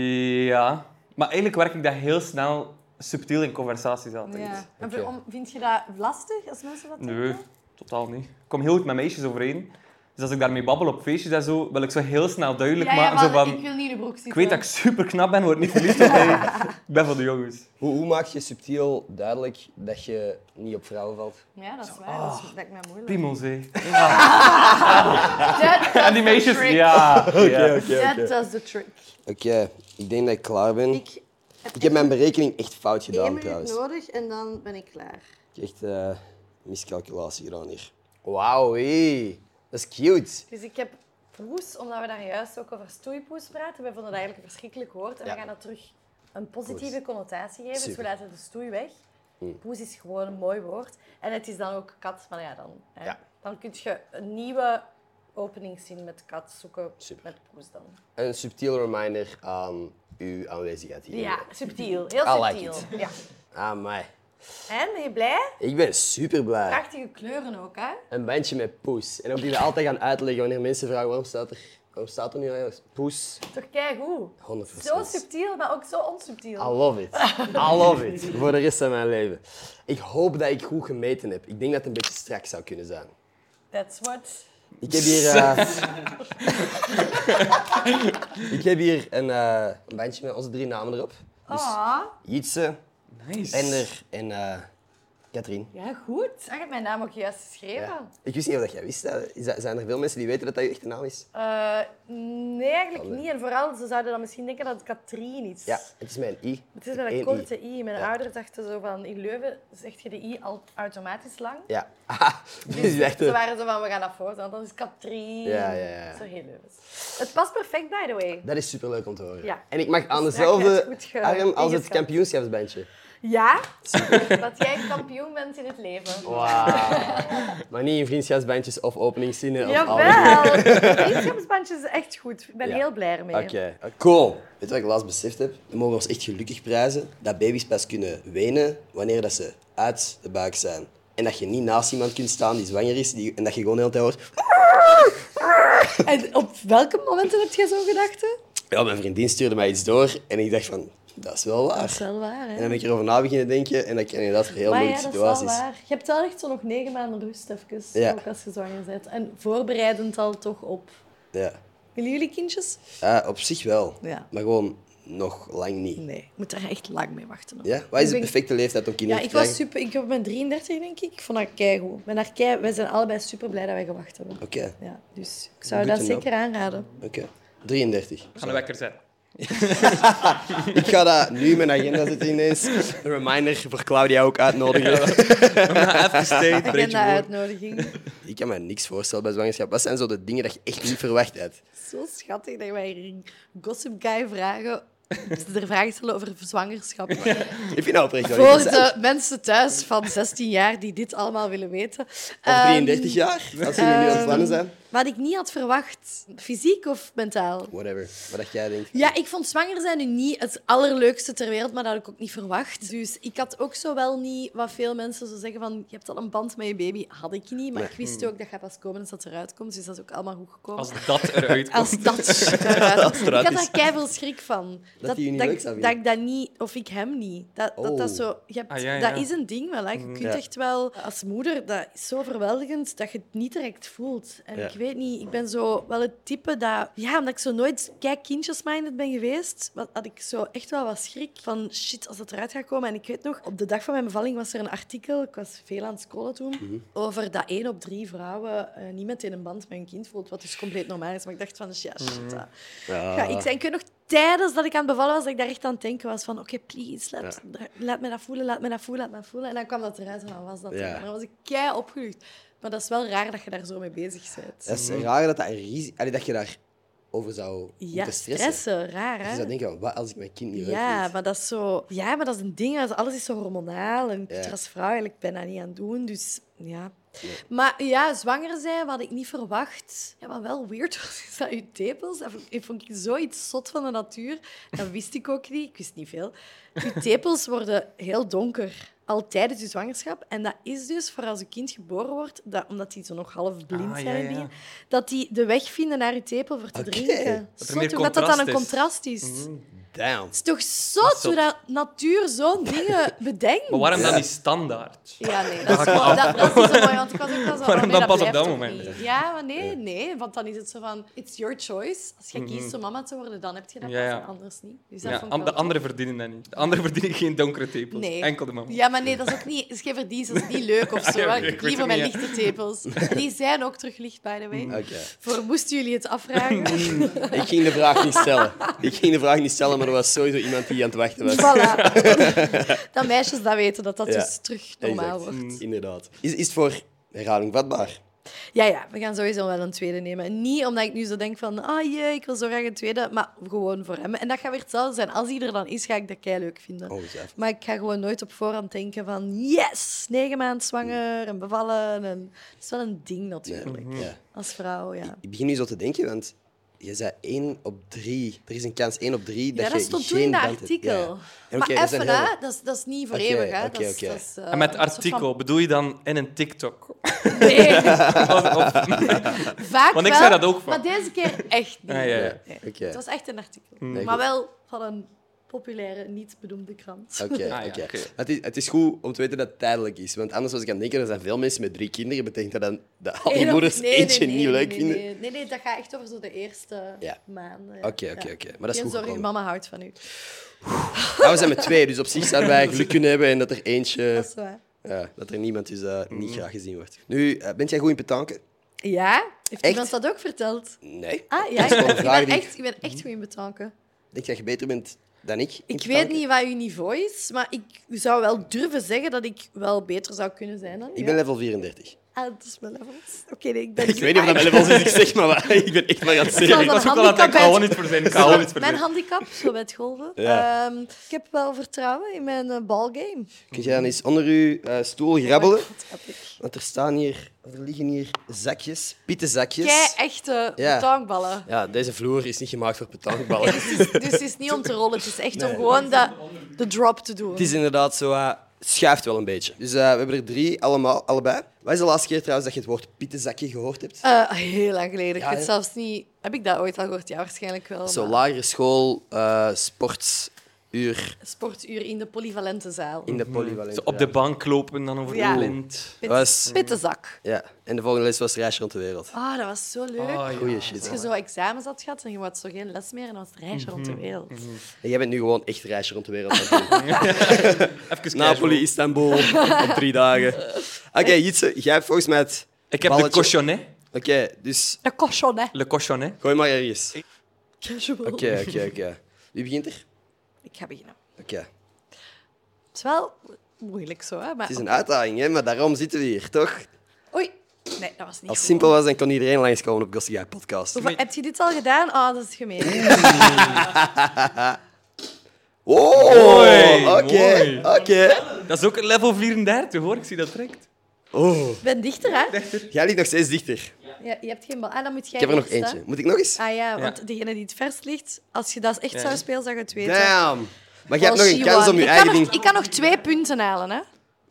Ja, maar eigenlijk werk ik dat heel snel subtiel in conversaties altijd. Ja. En Oké. vind je dat lastig als mensen dat Nee, denken? totaal niet. Ik kom heel goed met meisjes overeen. Dus als ik daarmee babbel op feestjes en zo, wil ik zo heel snel duidelijk maken. Zo van, ik wil niet in de broek zitten. ik weet dat ik super knap ben, word niet verliefd op mij. Ik ben van de jongens. Hoe maak je subtiel duidelijk dat je niet op vrouwen valt? Ja, dat is waar. Dat lijkt mij moeilijk. Piemels, hé. That En die does the meisjes, trick. ja. That does the trick. Oké, ik denk dat ik klaar ben. Ik Ik heb mijn berekening echt fout 1 gedaan minuut trouwens. nodig en dan ben ik klaar. Ik heb echt miscalculatie gedaan hier. Wauw, hé. Dat is cute. Dus ik heb poes, omdat we daar juist ook over stoeipoes praten. Wij vonden dat eigenlijk een verschrikkelijk woord. En Ja. we gaan dat terug een positieve connotatie geven. Dus Super. we laten de stoei weg. Poes is gewoon een mooi woord. En het is dan ook kat. Maar ja, dan, hè. Ja. Dan kun je een nieuwe openingszin met kat zoeken Super. met poes dan. Een subtiel reminder aan uw aanwezigheid hier. Ja, subtiel. Heel I like subtiel. Ja. Amai. En, ben je blij? Ik ben super blij. Prachtige kleuren ook, hè? Een bandje met poes. En ook die we altijd gaan uitleggen wanneer mensen vragen waarom staat er nu eigenlijk poes? Toch keigoed. 100%. Zo subtiel, maar ook zo onsubtiel. I love it. I love it. Voor de rest van mijn leven. Ik hoop dat ik goed gemeten heb. Ik denk dat het een beetje strak zou kunnen zijn. That's what... Ik heb hier, ik heb hier een bandje met onze 3 namen erop. Dus Ah. Jitse, Nice. Ender en Katrien. Ja, goed. Ik heb mijn naam ook juist geschreven. Ja. Ik wist niet of dat jij wist. Zijn er veel mensen die weten dat dat je echte naam is? Nee, eigenlijk niet. En vooral, ze zouden dan misschien denken dat het Katrien is. Ja, het is mijn I. Het is wel een korte I. Mijn ouders dachten zo van, in Leuven zeg je de I al automatisch lang. Ja. Dus Ze waren zo van, we gaan dat voorstellen, dat is Katrien. Ja. Zo heel Leuvens. Het past perfect, by the way. Dat is superleuk om te horen. Ja. En ik mag aan Dus dezelfde dat gaat goed arm als het ingeschat. kampioenschapsbandje. Ja, super. Dat jij kampioen bent in het leven. Wauw. Maar niet in vriendschapsbandjes of openingszinnen. Of alles. Jawel. Vriendschapsbandjes is echt goed. Ik ben heel blij ermee. Oké. Cool. Weet je wat ik laatst beseft heb? We mogen ons echt gelukkig prijzen dat baby's pas kunnen wenen wanneer dat ze uit de buik zijn. En dat je niet naast iemand kunt staan die zwanger is en dat je gewoon de hele tijd hoort... En op welke momenten heb je zo gedacht? Ja, mijn vriendin stuurde mij iets door en ik dacht van... Dat is wel waar. Dat is wel waar, hè? En dan ben ik erover na beginnen denken en dan krijg je dat heel Maar moeilijke ja, dat is wel situaties. waar. Je hebt wel echt zo nog 9 maanden rust, even, Ja. ook als je zwanger bent. En voorbereidend al toch op. Ja. Willen jullie kindjes? Op zich wel. Ja. Maar gewoon nog lang niet. Nee, je moet daar echt lang mee wachten. Hoor. Ja? Wat is de Ik ben- perfecte leeftijd om kinderen Ja, te ik krijgen? was super. Ik ben 33, denk ik. Ik vond dat keigoed. Ik ben daar wij zijn allebei super blij dat wij gewacht hebben. Oké. Ja, dus ik zou Good dat to know. zeker aanraden. Oké. 33. Ik ga de wekker zetten. Ik ga dat nu in mijn agenda zetten ineens. Een reminder voor Claudia ook uitnodigen. Even tijd, breek je voor. Agenda-uitnodiging. Ik kan me niks voorstellen bij zwangerschap. Wat zijn zo de dingen dat je echt niet verwacht hebt? Zo schattig dat wij hier een Gossip Guy vragen. Ze er vragen stellen over zwangerschap. Ik vind dat oprecht wel Voor interessant. de mensen thuis van 16 jaar die dit allemaal willen weten. Of 33 jaar, als jullie nu aan het plannen zijn. Wat ik niet had verwacht. Fysiek of mentaal? Whatever. Wat dat jij denkt. Ja, ik vond zwanger zijn nu niet het allerleukste ter wereld, maar dat had ik ook niet verwacht. Dus ik had ook zo wel niet wat veel mensen zo zeggen van je hebt al een band met je baby. Had ik niet, maar Nee. ik wist ook dat gaat pas komen als dat eruit komt. Dus dat is ook allemaal goed gekomen. Als dat eruit komt. Als dat eruit komt. Ik eruit had is. daar keiveel schrik van. Dat die je niet leuk zou dat vinden. ik dat niet, of ik hem niet. Dat zo, je hebt, Ja. Dat is een ding wel. Hè. Je kunt Ja. echt wel, als moeder, dat is zo overweldigend dat je het niet direct voelt. En Ja. ik weet niet, ik ben zo wel het type dat, ja, omdat ik zo nooit kindjesminded ben geweest, had ik zo echt wel wat schrik van shit, als dat eruit gaat komen. En ik weet nog, op de dag van mijn bevalling was er een artikel, ik was veel aan het scrollen toen, over dat 1 op 3 vrouwen niet meteen een band met hun kind voelt, wat dus compleet normaal is. Maar ik dacht van, ja, shit, dat ga ik zijn. Ik weet nog, tijdens dat ik aan het bevallen was, dat ik daar echt aan het denken was van oké, please, laat me dat voelen, laat me dat voelen, laat me dat voelen. En dan kwam dat eruit en dan was dat er. Ja. En dan was ik kei opgelucht. Maar dat is wel raar dat je daar zo mee bezig bent. Dat is raar dat, dat je daarover zou Ja, moeten stressen. stressen, raar, Je hè? zou denken, wat als ik mijn kind niet leuk Ja, vind? maar dat is zo... Ja, maar dat is een ding. Alles is zo hormonaal. En ik Ja. er als vrouw eigenlijk bijna niet aan doen. Dus ja... Maar ja, zwanger zijn, wat ik niet verwacht. Ja, wat wel weird was, is dat je tepels... Dat vond ik zoiets zot van de natuur. Dat wist ik ook niet. Ik wist niet veel. Je tepels worden heel donker. Al tijdens je zwangerschap. En dat is dus voor als je kind geboren wordt, omdat die zo nog half blind Ah, zijn, ja, en ja. dingen, dat die de weg vinden naar je tepel voor te Oké. drinken. Dat er Zot, meer hoe dat dan een contrast is. contrast is. Damn. Het is toch zot hoe dat natuur zo'n dingen bedenkt? Maar waarom dan niet standaard? Ja, nee, dat is, gewoon, dat is niet zo mooi, want ik was ook wel zo... Waarom nee, dan pas op blijft dat toch moment? niet. Ja, maar nee, want dan is het zo van... It's your choice. Als je kiest om mama te worden, dan heb je dat Ja, pas ja. en anders niet. Dus dat Ja, vond ik de wel anderen verdienen dat niet. De anderen verdienen geen donkere tepels. Nee. Enkel de mama. Ja, maar nee, dat is ook niet... is geen verdienst, dat is niet leuk of zo. Ah, ja, hè. oké, Ik ik weet liever het mijn niet, lichte tepels. En die zijn ook terug licht, by the way. Oké. Voor moesten jullie het afvragen? Ik ging de vraag niet stellen. Maar er was sowieso iemand die aan het wachten was. Voilà. Dat meisjes dat weten, dat Ja. dus terug normaal Exact. wordt. Inderdaad. Is het voor herhaling vatbaar? Ja, we gaan sowieso wel een tweede nemen. En niet omdat ik nu zo denk van, ik wil zo graag een tweede, maar gewoon voor hem. En dat gaat weer hetzelfde zijn. Als hij er dan is, ga ik dat keileuk vinden. Ongetwijfeld. Maar ik ga gewoon nooit op voorhand denken van, yes, 9 maanden zwanger en bevallen. En... Dat is wel een ding natuurlijk, Ja. als vrouw, ja. Ik begin nu zo te denken, want je zei 1 op 3. Er is een kans 1 op 3 dat Ja, dat je stond toen geen in dat band hebt. artikel. Ja. En Maar oké, dat is even, een hele- hè, dat is niet voor Oké, eeuwig. Hè. oké, Dat is, oké. dat is, En met een soort artikel, bedoel je dan in een TikTok? van- Nee, vaak Want ik wel, zei dat ook van. maar deze keer echt niet. Ah, ja. Nee. Oké. Het was echt een artikel. Nee, Maar goed. wel van een populaire, niet bedoelde krant. Oké. Ah, ja, oké. Het is goed om te weten dat het tijdelijk is. Want anders was ik aan het denken, er zijn veel mensen met 3 kinderen. Betekent dat dan dat al die Nee, moeders nee, eentje nee, niet nee, leuk nee, vinden? Nee, dat gaat echt over zo de eerste Ja. maanden. Ja. Oké. Maar dat is Geen goed zorgen, gekomen. mama houdt van u. Ja, we zijn met 2, dus op zich zouden wij geluk kunnen hebben en dat er eentje... Dat is waar. Ja, dat er niemand dus niet graag gezien wordt. Nu, bent jij goed in petanken? Ja? Heeft Echt? iemand dat ook verteld? Nee. Ah, ja. Dat is gewoon een vraag die Ik ben echt goed in betanken. Denk dat je beter bent dan ik? in Ik weet petanken? niet wat uw niveau is, maar ik zou wel durven zeggen dat ik wel beter zou kunnen zijn dan u. Ik ben level 34. Ah, dat is mijn levels. Oké, nee, ik ben... Ik weet niet of dat mijn levels is, ik zeg maar. Ik ben echt maar aan het Ik zeggen. was Ik was ook al aan het denken, gewoon niet voor zijn. Gewoon niet voor Mijn zijn. handicap, zo bij het golven. Ja. Ik heb wel vertrouwen in mijn balgame. Kun jij dan eens onder uw stoel grabbelen? Wat heb ik? Want er liggen hier zakjes, pietenzakjes. Kei echte Ja. betankballen. Ja, deze vloer is niet gemaakt voor petankballen. Dus het is niet om te rollen, het is echt om gewoon de drop te doen. Het is inderdaad zo, schuift wel een beetje. Dus we hebben er 3 allebei. Wat is de laatste keer trouwens dat je het woord pietenzakje gehoord hebt? Heel lang geleden. Ja, Ik weet hè? zelfs niet... Heb ik dat ooit al gehoord? Ja, waarschijnlijk wel. Zo maar- lagere school, sportuur Sportuur in de polyvalente zaal. in de polyvalente. Zo op de bank lopen dan over Ja. de lint. was- Pittenzak. Ja, en de volgende les was reis rond de wereld. Ah, dat was zo leuk. Ah, ja. Goeie shit. Als je zo examens had gehad en je had zo geen les meer en dan was het reisje rond de wereld. En jij bent nu gewoon echt reisje rond de wereld aan het doen. Even Napoli, casual. Istanbul, op 3 dagen. Oké, Jitse, jij hebt volgens mij het Ik heb de balletje. cochonnet. Oké, dus De cochon, hè. Le cochonnet. gooi maar ergens. Casual. Oké. Wie begint er? Ik ga beginnen. Oké. Het is wel moeilijk zo, hè. Maar... Het is een uitdaging, hè? Maar daarom zitten we hier, toch? Oei. Nee, dat was niet Als het goed. simpel was, dan kon iedereen langskomen op Gossip Guy podcast. Heb je dit al gedaan? Ah, dat is gemeen. Oh, Mooi, oké. mooi. Dat is ook level 34, hoor. Ik zie dat direct. Oh, Ik ben dichter, hè? jij ligt nog steeds dichter. Ja, je hebt geen bal. Ah, dan moet jij Ik heb er nog eerst, hè. eentje. Moet ik nog eens? Ah ja, want degene die het verst ligt, als je dat echt zou spelen, zou je het weten. Damn. Maar je hebt nog Als een she kans won. om je Ik kan eigen nog- ding... Ik kan nog 2 punten halen, hè?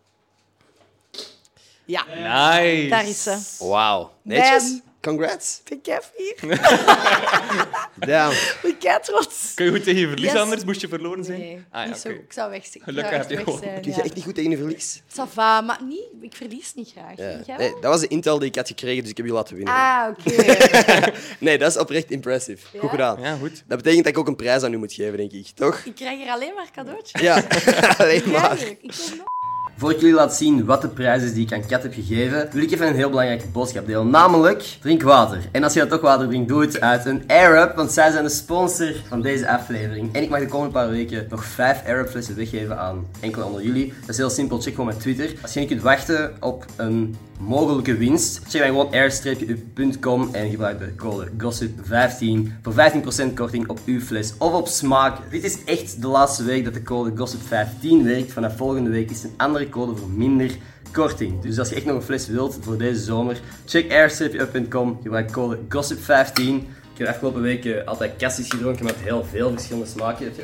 Ja, Nice. daar is ze. Wauw. Netjes. Bam. Congrats. Ik heb hier. Damn. Ik ben kei trots. Kun je goed tegen je verlies, Yes. anders moest je verloren zijn? Nee, Ah, ja, niet zo. oké. Ik zou weg zijn. Gelukkig Ik zou heb je echt weg gewonnen. zijn, Kun je ja. echt niet goed tegen je verlies? Ça va, maar niet, ik verlies niet graag. Ja. Jij Nee, wel? dat was de intel die ik had gekregen, dus ik heb je laten winnen. Ah, oké. Nee, dat is oprecht impressive. Goed Ja? gedaan. Ja, goed. Dat betekent dat ik ook een prijs aan u moet geven, denk ik. Toch? Ik krijg hier alleen maar cadeautjes. Ja, alleen maar. Kijk, ik kom nog. Voor ik jullie laat zien wat de prijs is die ik aan Kat heb gegeven, wil ik even een heel belangrijke boodschap delen. Namelijk, drink water. En als je dan toch water drinkt, doe het uit een Air-Up, want zij zijn de sponsor van deze aflevering. En ik mag de komende paar weken nog 5 Air-Up flessen weggeven aan enkele onder jullie. Dat is heel simpel, check gewoon mijn Twitter. Als je niet kunt wachten op een mogelijke winst, check dan gewoon air-up.com en gebruik de code GOSSIP15 voor 15% korting op uw fles of op smaak. Dit is echt de laatste week dat de code GOSSIP15 werkt. Vanaf volgende week is een andere code voor minder korting. Dus als je echt nog een fles wilt voor deze zomer, check air-up.com, gebruik code GOSSIP15. Ik heb de afgelopen weken altijd cassis gedronken met heel veel verschillende smaken.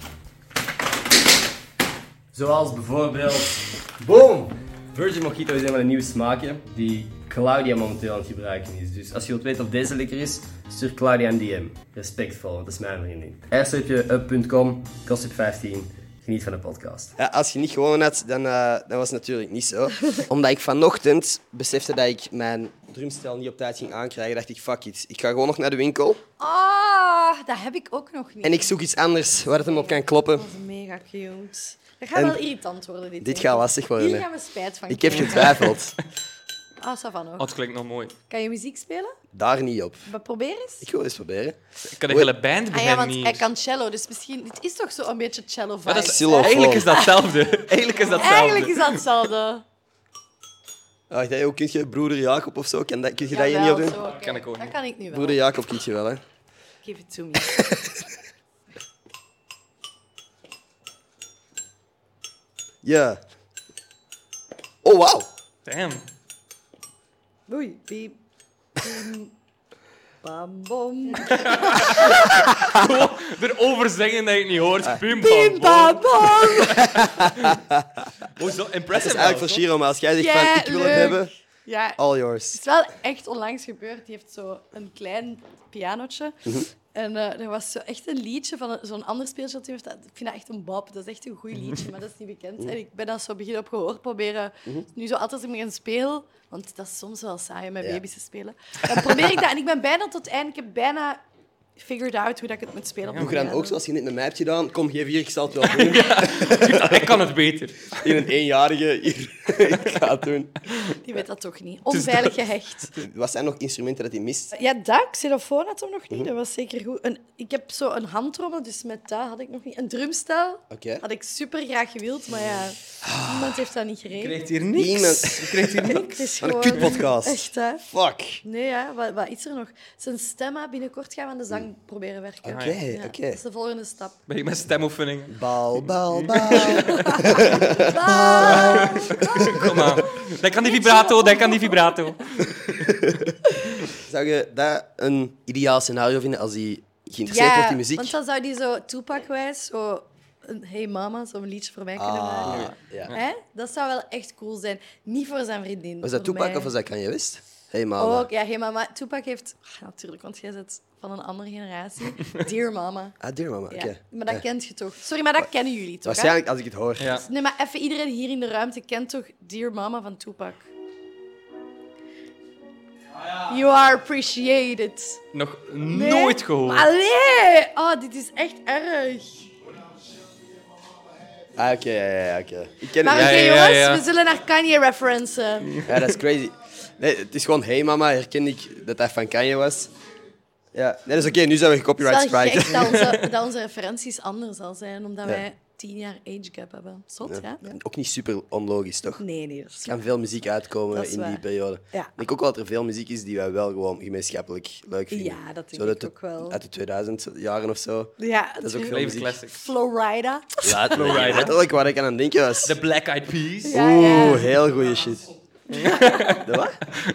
Zoals bijvoorbeeld... Boom! Virgin Mojito is een van de nieuwe smaken die Claudia momenteel aan het gebruiken is. Dus als je wilt weten of deze lekker is, stuur Claudia een DM. Respectvol, want dat is mijn vriendin. air-up.com, GOSSIP15. Geniet van de podcast. Ja, als je niet gewonnen had, dan was het natuurlijk niet zo. Omdat ik vanochtend besefte dat ik mijn drumstel niet op tijd ging aankrijgen, dacht ik, fuck it. Ik ga gewoon nog naar de winkel Ah, dat heb ik ook nog niet. en ik zoek iets anders waar het hem op kan kloppen. Dat is mega cute. Dat gaat En wel irritant worden, dit. dit denk gaat ik. lastig worden, Hier hè. gaan we spijt van Ik heb krijgen. getwijfeld. Ah, ça va nog. Oh, het klinkt nog mooi. Kan je muziek spelen? Daar niet op. Maar probeer eens. Ik wil eens proberen. Ik kan een hele band Ah ja, beginnen want hier. hij kan cello, dus misschien... Dit is toch zo een beetje cello vibe. Ja, dat is, Xylofoon. eigenlijk is dat hetzelfde. Eigenlijk is dat hetzelfde. Eigenlijk is dat hetzelfde. Wacht, hè, hoe kun je broeder Jacob of zo? Kun je dat hier niet Jawel, op doen? zo, oké. Kan ik ook Dat niet. kan ik nu wel. Broeder Jacob kies je wel, hè? Give it to me. Ja. Oh, wauw. Damn. Oei, piep. Bim, bam, bom. Erover zingen dat je het niet hoort. Bim, Bim, bam, bam, bom. bam. Oh, zo Dat impressive. is eigenlijk voor Shiro, maar als jij zegt van, ik wil het leuk. hebben, Ja, all het yours. is wel echt onlangs gebeurd. Die heeft zo een klein pianotje. En er was zo echt een liedje van zo'n ander speeltje dat hij heeft. Ik vind dat echt een bop. Dat is echt een goed liedje, maar dat is niet bekend. En ik ben dat zo begin op gehoor proberen. Nu zo altijd als ik me gaan speel, want dat is soms wel saai om met Ja. baby's te spelen. Dan probeer ik dat en ik ben bijna tot het einde. Ik heb bijna figured out hoe dat ik het moet spelen. op Doe een je dan piano. ook zoals je net met mij hebt gedaan? Kom, geef hier, ik zal het wel doen. Ik kan het beter. In een eenjarige, hier, ik ga het doen. Die weet dat toch niet. Onveilig gehecht. Wat zijn nog instrumenten dat hij mist? Ja, dat. Xylofoon had hem nog niet. Dat was zeker goed. Ik heb zo een handtrommel, dus met dat had ik nog niet. Een drumstel Oké. had ik super graag gewild, maar ja, niemand heeft dat niet Je geregeld. krijgt hier niks. Iemand- Je krijgt hier niks. Het is Wat een gewoon... kutpodcast. Echt, hè? Fuck. Nee, ja. Wat is er nog? Zijn stemma. Binnenkort gaan we aan de zang proberen werken. Oké, Ja, oké. Dat is de volgende stap. Ben je met stemoefeningen? Bal. Kom aan. Denk aan die vibrato. Zou je dat een ideaal scenario vinden als hij geïnteresseerd wordt in muziek? want dan zou die zo Tupac-wijs zo een Hey Mama, zo'n liedje voor mij kunnen maken. ja. Hè? Dat zou wel echt cool zijn. Niet voor zijn vriendin. Was dat voor Tupac mij. of was dat Kanye West? Hey mama. Ook, ja, Hey Mama. Tupac heeft... natuurlijk, want jij bent van een andere generatie. Dear Mama. Ah, Dear Mama, Ja. oké. Maar dat kent je toch? Sorry, maar dat kennen jullie toch? Hè? Waarschijnlijk als ik het hoor. Ja. Nee, maar even iedereen hier in de ruimte kent toch Dear Mama van Tupac? You are appreciated. Nog Nee? nooit gehoord. Allee! Oh, dit is echt erg. Ah, oké, ja, oké. Ik ken Maar het. oké, Ja, jongens, ja. we zullen naar Kanye referencen. Ja, dat is crazy. Nee, het is gewoon Hey Mama, herkende ik dat dat van Kanye was. Ja, nee, dat is oké, nu zijn we Het gecopyright is wel strike. gek dat onze referenties anders zal zijn, omdat wij 10 jaar age gap hebben. Zot, ja? Ook niet super onlogisch, toch? Nee, dat is Er kan veel muziek uitkomen Dat is in die waar. periode. Ja. Ik denk ook wel dat er veel muziek is die wij wel gewoon gemeenschappelijk leuk vinden. Ja, dat denk Zo ik ook wel. Uit de 2000 jaren of zo. Ja, Dat is ook veel Leven muziek. classic. Flowrider. Ja, letterlijk waar ik aan het denken was. The Black Eyed Peas. Ja, ja. Oeh, heel goede shit. De wat?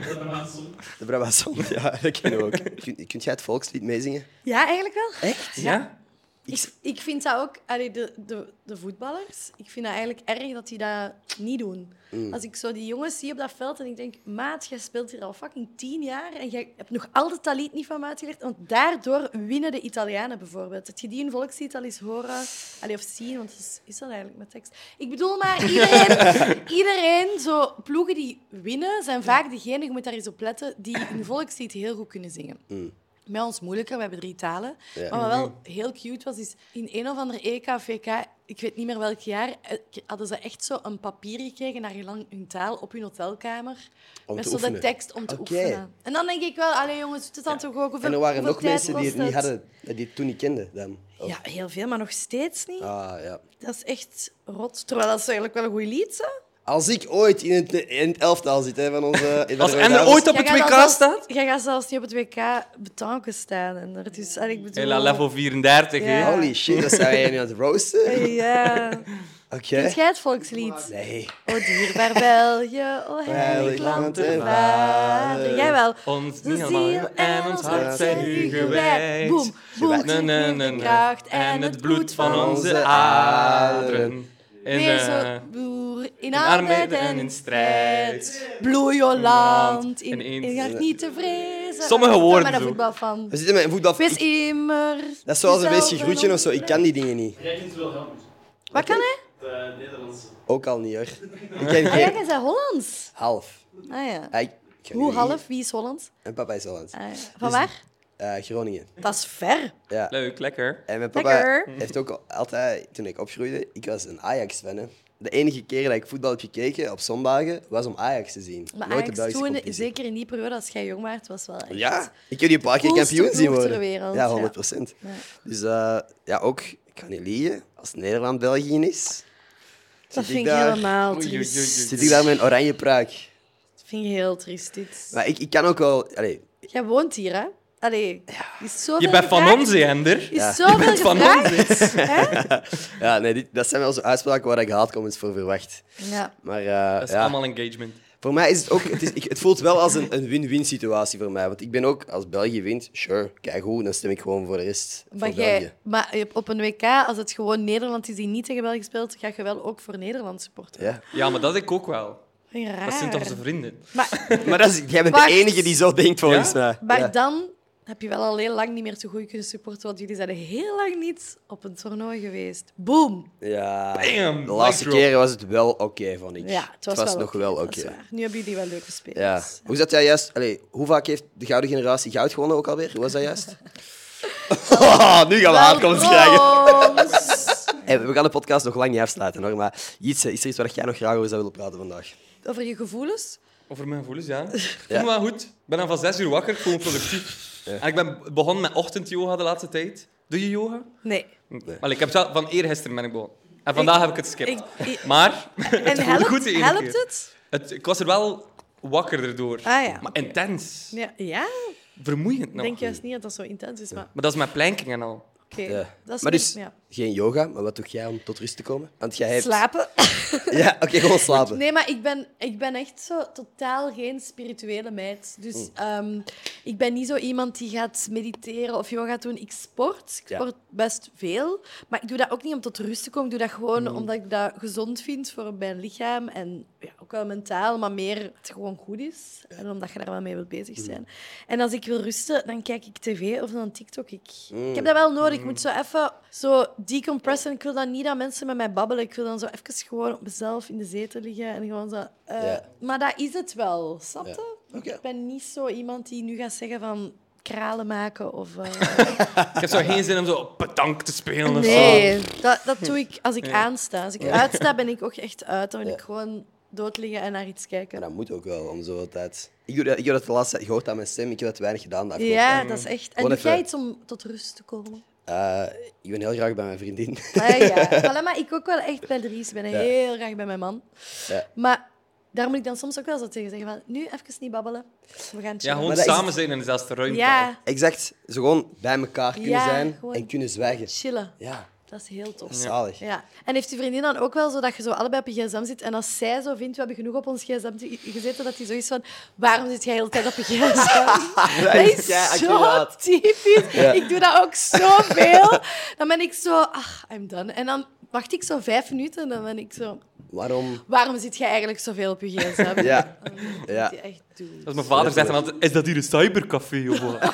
De Brabantson, ja, dat kennen we ook. Kunt jij het volkslied meezingen? Ja, eigenlijk wel. Echt? Ja? Ik vind dat ook, allee, de voetballers, ik vind dat eigenlijk erg dat die dat niet doen. Als ik zo die jongens zie op dat veld en ik denk, maat, jij speelt hier al fucking 10 jaar en jij hebt nog altijd dat lied niet van me uitgelegd. Want daardoor winnen de Italianen bijvoorbeeld. Dat je die een volkslied al eens horen, allee, of zien, want is dat eigenlijk met tekst? Ik bedoel maar, iedereen zo ploegen die winnen, zijn vaak degenen, je moet daar eens op letten, die een volkslied heel goed kunnen zingen. Bij ons moeilijker, we hebben 3 talen. Ja. Maar wat wel heel cute was, is in een of andere EK, VK, ik weet niet meer welk jaar, hadden ze echt zo een papier gekregen naar gelang hun taal op hun hotelkamer. Om met te zo de oefenen. tekst om te Oké. oefenen. En dan denk ik wel, allee jongens, doe het dan toch ook. En er waren nog mensen die het niet hadden. hadden, die het toen niet kenden. Dan. Of- Ja, heel veel, maar nog steeds niet. Ah, ja. Dat is echt rot. Terwijl dat is eigenlijk wel een goed lied, hè? Als ik ooit in het elftal zit hè, van onze... Als Ender ooit op het Jij gaat WK zelfs- staat? Jij gaat zelfs niet op het WK betanken staan. En dat is, allee, ik bedoel... Hela level 34, Ja. hè? Holy shit, dat zijn wij nu aan het roosten? Ja. Oké. Kent jij het volkslied? Nee. O dierbaar België, o heilig land en vader. Jij wel. Ons De niet allemaal ziel en ons hart zijn u gewijd. Boem, boem, de kracht en het bloed van onze aderen. Weer zo boer in arbeid en in strijd. Bloei o land, in gaat niet te vrezen. Sommige woorden Ik ben zo. een voetbalfan. We zitten met een voetbal... Wees immer. Dat is zoals een jezelf feestje en groetje of zo. Ik kan die dingen niet. Wat kan hij? Ook al niet, hoor. Ik ken Ah ja, geen... jij bent Hollands. Half. Ah ja. Ah, ik ken Hoe niet. half? Wie is Hollands? En papa is Hollands. Ah, ja. Van waar? Groningen. Dat is ver. Ja. Leuk, lekker. En mijn papa Lekker. heeft ook altijd, toen ik opgroeide, ik was een Ajax-fan. Hè. De enige keer dat ik voetbal heb gekeken op zondagen was om Ajax te zien. Maar Nooit de Ajax Belgische toen, competitie. zeker in die periode als jij jong was, was wel echt... Ja, ik heb die een paar keer Coolste kampioen zien ploeg ter worden. wereld, Ja, ja. 100%. Dus ja, ook, ik kan niet liegen, als Nederland België is, Dat zit vind ik daar- helemaal Oei, oei, oei, triest. zit ik daar met een oranje pruik. Dat vind ik heel triest, dit. Maar ik kan ook wel... Allee, Jij woont hier, hè? Allee, is zoveel Je bent van gevraagd. ons, hè, Ender. Is Ja. zoveel Je bent van gevraagd. Hè? ja, nee, dat zijn wel zo'n uitspraken waar ik haatcomments voor verwacht. Ja. Maar Dat is ja, allemaal engagement. voor mij is het ook... Het voelt wel als een win-win situatie voor mij. Want ik ben ook, als België wint, sure, kijk goed, dan stem ik gewoon voor de rest. Maar, voor België. op een WK, als het gewoon Nederland is die niet tegen België speelt, ga je wel ook voor Nederland supporten. Ja. Ja, maar dat ik ook wel. Vind je raar. Dat zijn toch onze vrienden? Maar, Maar jij bent Wacht. de enige die zo denkt, volgens Ja? mij. maar Ja. dan heb je wel al heel lang niet meer zo goed kunnen supporten, want jullie zijn heel lang niet op een toernooi geweest. Boom! Ja, Bam, de laatste mic drop. keren was het wel oké, vond ik. Ja, het was wel nog oké, wel dat is oké. waar. Nu hebben jullie wel leuke spelers. Ja. Hoe zat jij juist... Allee, hoe vaak heeft de gouden generatie goud gewonnen ook alweer? Hoe was dat juist? Oh, nu gaan we aankomst krijgen. Brons. Hey, we gaan de podcast nog lang niet afsluiten, hoor. Maar is er iets waar jij nog graag over zou willen praten vandaag? Over je gevoelens? Over mijn gevoelens, ja. Ik voel me wel goed. Ik ben dan van 6 uur wakker, ik voel me productief. En ik ben begonnen met ochtendyoga de laatste tijd. Doe je yoga? Nee. Maar ik heb zelf, van eergisteren ben ik begonnen. En vandaag heb ik het geskipt. Maar En het voelde goed de ene helpt keer. het? Ik was er wel wakker erdoor. Ah ja. Maar oké. intens. Ja, Vermoeiend ik nog. denk juist niet dat dat zo intens is, maar Maar dat is met planking en al. oké. Ja. Dat is Maar dus, ja. geen yoga, maar wat doe jij om tot rust te komen? Want jij hebt... Slapen. Ja, oké, gewoon slapen. Nee, maar ik ben echt zo totaal geen spirituele meid. Dus ik ben niet zo iemand die gaat mediteren of yoga doen. Ik sport. Ik Ja. sport best veel. Maar ik doe dat ook niet om tot rust te komen. Ik doe dat gewoon omdat ik dat gezond vind voor mijn lichaam. En ja, ook wel mentaal, maar meer dat het gewoon goed is. En omdat je daar wel mee wilt bezig zijn. En als ik wil rusten, dan kijk ik tv of dan TikTok. Ik heb dat wel nodig. Ik moet zo even zo decompressen. Ik wil dan niet dat mensen met mij babbelen. Ik wil dan zo even gewoon op mezelf in de zetel liggen en gewoon zo... Ja. Maar dat is het wel, snap je? Ja. Oké. Ik ben niet zo iemand die nu gaat zeggen van kralen maken of... Ik heb zo geen zin om zo petank te spelen of zo. nee, dat doe ik als ik aansta. Als ik uitsta, ben ik ook echt uit. Dan wil ik gewoon dood liggen en naar iets Maar kijken. dat moet ook wel, om zoveel tijd. Ik heb dat de laatste tijd gehoord aan mijn stem. Ik heb dat weinig gedaan de afgelopen Ja, dagen. dat is echt... En Gewoon doe jij even- iets om tot rust te komen? Ik ben heel graag bij mijn vriendin. Ah, ja. Voilà, maar ik ook wel echt bij Dries. Ik ben heel graag bij mijn man. Ja. Maar daar moet ik dan soms ook wel zo tegen zeggen van... Nu even niet babbelen. We gaan Ja, chillen. gewoon Maar dat is- samen zijn in dezelfde ruimte. Ja, Exact. Zo gewoon bij elkaar kunnen Ja, zijn gewoon- en kunnen zwijgen. chillen. Ja, Dat is heel tof. zalig. Ja. En heeft uw vriendin dan ook wel zo dat je zo allebei op je gsm zit en als zij zo vindt, we hebben genoeg op ons gsm gezeten, dat hij zo is van, waarom zit jij de hele tijd op je gsm? Dat is kei zo accuraat. typisch. Ja. Ik doe dat ook zoveel. Dan ben ik zo, I'm done. En dan wacht ik zo 5 minuten en dan ben ik zo, Waarom? waarom zit jij eigenlijk zoveel op je gsm? Ja. Dan moet Ja. je echt doen. Als mijn vader zegt dan altijd, is dat hier een cybercafé of wat?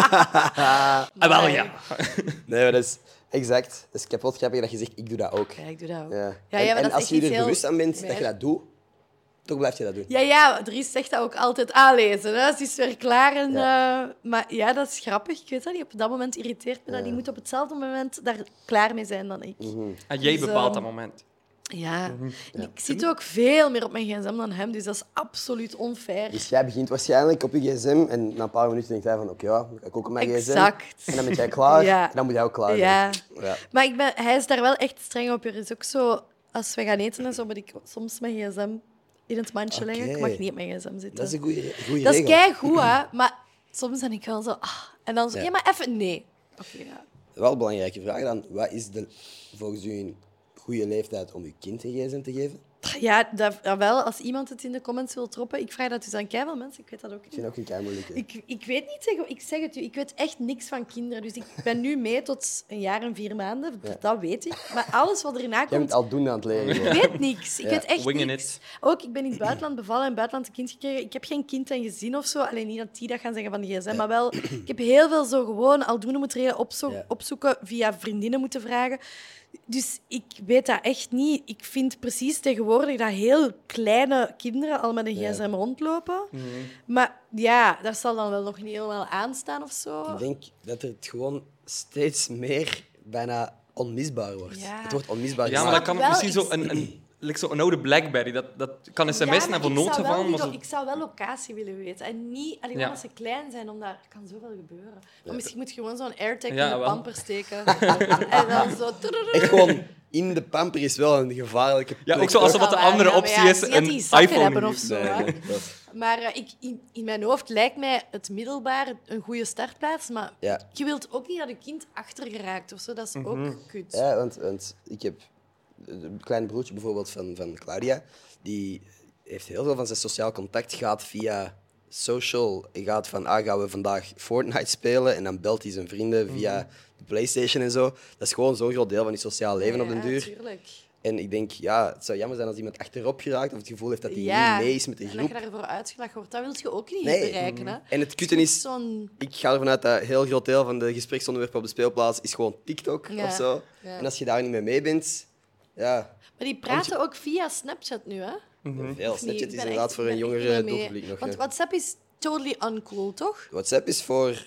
Wel ja. Nee, maar dat is exact. Dat is kapot grappig dat je zegt, ik doe dat ook. Ja, ik doe dat ook. Ja. Ja, En, maar en dat is als echt je er iets heel bewust aan bent dat je meer. dat doet, toch blijf je dat doen. Ja, Dries zegt dat ook altijd aanlezen. Hè. Het is weer klaar. En, maar ja, dat is grappig. Ik weet dat niet. Op dat moment irriteert me dat. Die moet op hetzelfde moment daar klaar mee zijn dan ik. En jij Dus, bepaalt dat moment. Ja. En ik zit ook veel meer op mijn gsm dan hem, dus dat is absoluut onfair. Dus jij begint waarschijnlijk op je gsm en na een paar minuten denkt hij van, oké, ja, dan ga ik ook op mijn gsm. Exact. En dan ben jij klaar Ja. en dan moet jij ook klaar Ja. zijn. Ja. Maar hij is daar wel echt streng op. Er is ook zo, als we gaan eten en zo, moet ik soms mijn gsm in het mandje leggen. Ik Oké. mag niet op mijn gsm zitten. Dat is een goede regel. Dat is keigoed, hè. Maar soms ben ik wel zo... En dan zo, Ja. ja, maar even... Nee. Oké, ja. Wel een belangrijke vraag dan. Wat is volgens u een goede leeftijd om je kind een gsm te geven? Ja, dat wel. Als iemand het in de comments wil droppen, ik vraag dat dus aan keiveel mensen. Ik weet dat ook Ik niet. vind ook een kei moeilijk. Ik weet niet, ik zeg het u, ik weet echt niks van kinderen. Dus ik ben nu mee tot 1 jaar en 4 maanden, dat weet ik. Maar alles wat erna Jij komt, bent aldoende aan het leren. ik gewoon. weet niks. Ik Ja. weet echt Wingen niks. it. Ook, ik ben in het buitenland bevallen, in het buitenland een kind gekregen. Ik heb geen kind en gezin of zo. Alleen niet dat die dat gaan zeggen van de gsm. Maar wel, ik heb heel veel zo gewoon aldoende moeten redenen opzoeken, via vriendinnen moeten vragen. Dus ik weet dat echt niet. Ik vind precies tegenwoordig dat heel kleine kinderen al met een gsm rondlopen. Maar ja, dat zal dan wel nog niet helemaal aanstaan of zo. Ik denk dat het gewoon steeds meer bijna onmisbaar wordt. Ja. Het wordt onmisbaar Ja, maar dat gemaakt. kan Wel, misschien ik- zo een oude Blackberry. Dat kan sms'en maar en voor ik zou noodgevallen. wel Maar zo... ik zou wel locatie willen weten. En niet alleen maar Ja. als ze klein zijn, omdat er kan zoveel gebeuren. Maar misschien moet je gewoon zo'n AirTag Ja, in de wel. pamper steken. En dan zo... Echt gewoon in de pamper is wel een gevaarlijke Ja, plek, ook zo als toch? dat de wel waar, andere ja, maar optie ja, is, het is niet dat een die zakken iPhone hebben of geven. zo. hè. Nee, dat- Maar in mijn hoofd lijkt mij het middelbaar een goede startplaats. Maar Ja. je wilt ook niet dat je kind achter geraakt of zo. Dat is ook kut. Ja, want ik heb een klein broertje bijvoorbeeld van Claudia, die heeft heel veel van zijn sociaal contact gaat via social. Hij gaat van, gaan we vandaag Fortnite spelen? En dan belt hij zijn vrienden via de PlayStation en zo. Dat is gewoon zo'n groot deel van je sociaal leven op den duur. Tuurlijk. En ik denk, ja, het zou jammer zijn als iemand achterop geraakt of het gevoel heeft dat hij Ja. niet mee is met de En dat groep. je daarvoor uitgelachen wordt, dat wil je ook niet Nee. bereiken. Hè? En het kutte is, Zo'n... ik ga ervan uit dat een heel groot deel van de gespreksonderwerpen op de speelplaats is gewoon TikTok Ja. of zo. Ja. En als je daar niet mee bent, ja, Maar die praten ook via Snapchat nu, hè? veel. Of niet? Snapchat Ik is ben inderdaad echt- voor ik een ben echt jongere niet mee. doelpubliek nog. Want ja. WhatsApp is totally uncool, toch? WhatsApp is voor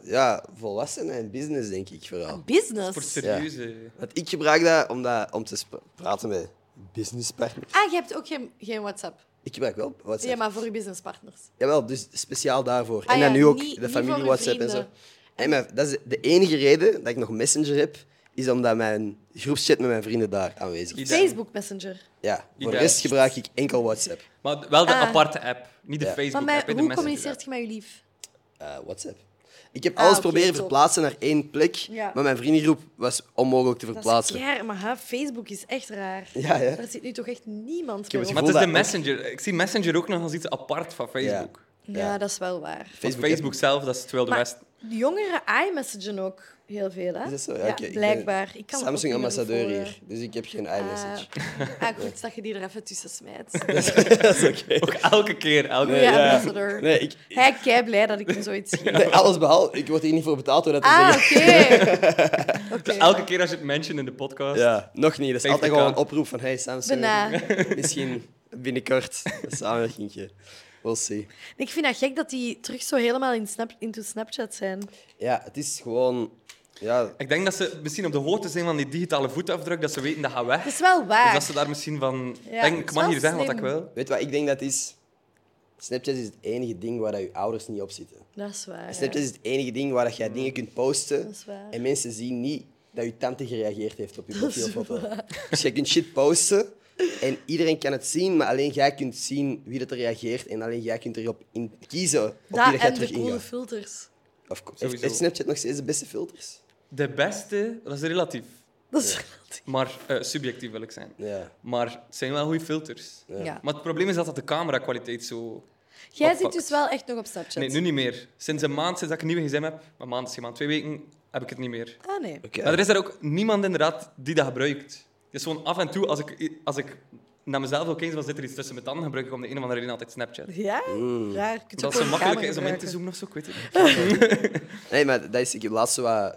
volwassenen en business, denk ik vooral. Business. Voor serieuze... Want ik gebruik dat om te praten met businesspartners. Ah, je hebt ook geen WhatsApp. Ik gebruik wel WhatsApp. Ja, maar voor je businesspartners. Jawel, dus speciaal daarvoor. Ah en dan ja, nu ook niet de voor familie uw WhatsApp en zo. vrienden. En dat is de enige reden dat ik nog Messenger heb, is omdat mijn groepschat met mijn vrienden daar aanwezig is. Facebook Messenger. Ja, voor de Idem. rest gebruik ik enkel WhatsApp. Maar wel de Ah. aparte app. Niet de Ja. Maar Facebook-app. met, hè, de hoe Messenger-app. communiceert je met je lief? WhatsApp. Ik heb alles oké, proberen top. verplaatsen naar één plek, Ja. maar mijn vriendengroep was onmogelijk te Dat is verplaatsen. keer, maar Facebook is echt raar. Ja, ja. Daar zit nu toch echt niemand heb meer het op. Maar het is de voel dat Messenger. Ik zie Messenger ook nog als iets apart van Facebook. Ja, dat is wel waar. Want Facebook zelf, dat is het Wilde Maar West. de jongeren iMessagen ook heel veel, hè? Is dat zo? Ja, Ja, oké, ik ben blijkbaar. Ik kan het ook niet meer Samsung-ambassadeur volgen. hier, dus ik heb geen iMessage. Goed dat je die er even tussen smijt. Dat is oké. Ook elke keer. Goeie ja. ambassador. Nee, ik, Hij is kei blij dat ik hem zoiets zie. nee, alles behalve. Ik word hier niet voor betaald door dat te Ah, zeggen. oké. Elke keer als je het mention in de podcast. Ja, nog niet. Dat is altijd 50k. gewoon een oproep van hey Samsung, Bijna. misschien binnenkort een samenwerking. We'll see. Ik vind dat gek dat die terug zo helemaal into Snapchat zijn. Ja, het is gewoon... Ja, Ik denk dat ze misschien op de hoogte zijn van die digitale voetafdruk, dat ze weten dat gaat weg. Dat is wel waar. Dus dat ze daar misschien van... Ja, denk, het ik is mag wel hier zeggen wat slim. ik wil. weet wat ik denk dat is? Snapchat is het enige ding waar dat je ouders niet op zitten. Dat is waar. ja. Snapchat is het enige ding waar dat jij dingen kunt posten Dat is waar. en mensen zien niet dat je tante gereageerd heeft op je profielfoto. Dus je kunt shit posten en iedereen kan het zien, maar alleen jij kunt zien wie dat er reageert en alleen jij kunt erop kiezen op wie Dat dat jij en de terug coole ingaat. filters. Sowieso. Heeft Snapchat nog steeds de beste filters? De beste, dat is relatief. Dat is Maar subjectief wil ik zijn. Ja. Maar het zijn wel goede filters. ja. Maar het probleem is dat de camerakwaliteit zo... Jij opvakt. zit dus wel echt nog op Snapchat. Nee, nu niet meer. Sinds een maand, sinds dat ik een nieuwe gsm heb, een maand is geen maand, 2 weken, heb ik het niet meer. Ah, nee. Oké. Maar er is daar ook niemand inderdaad die dat gebruikt. Het is gewoon af en toe, als ik naar mezelf wil kijken, zit er iets tussen mijn tanden, gebruik ik om de een of andere reden altijd Snapchat. Ja? Ja, je kunt Dat ook het zo gewoon makkelijker de is om in te camera zoomen of zo, ik weet het niet. Nee, maar dat is, ik heb laatst zo wat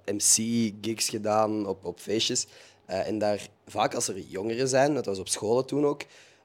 MC-gigs gedaan op feestjes. En daar, vaak als er jongeren zijn, dat was op scholen toen ook,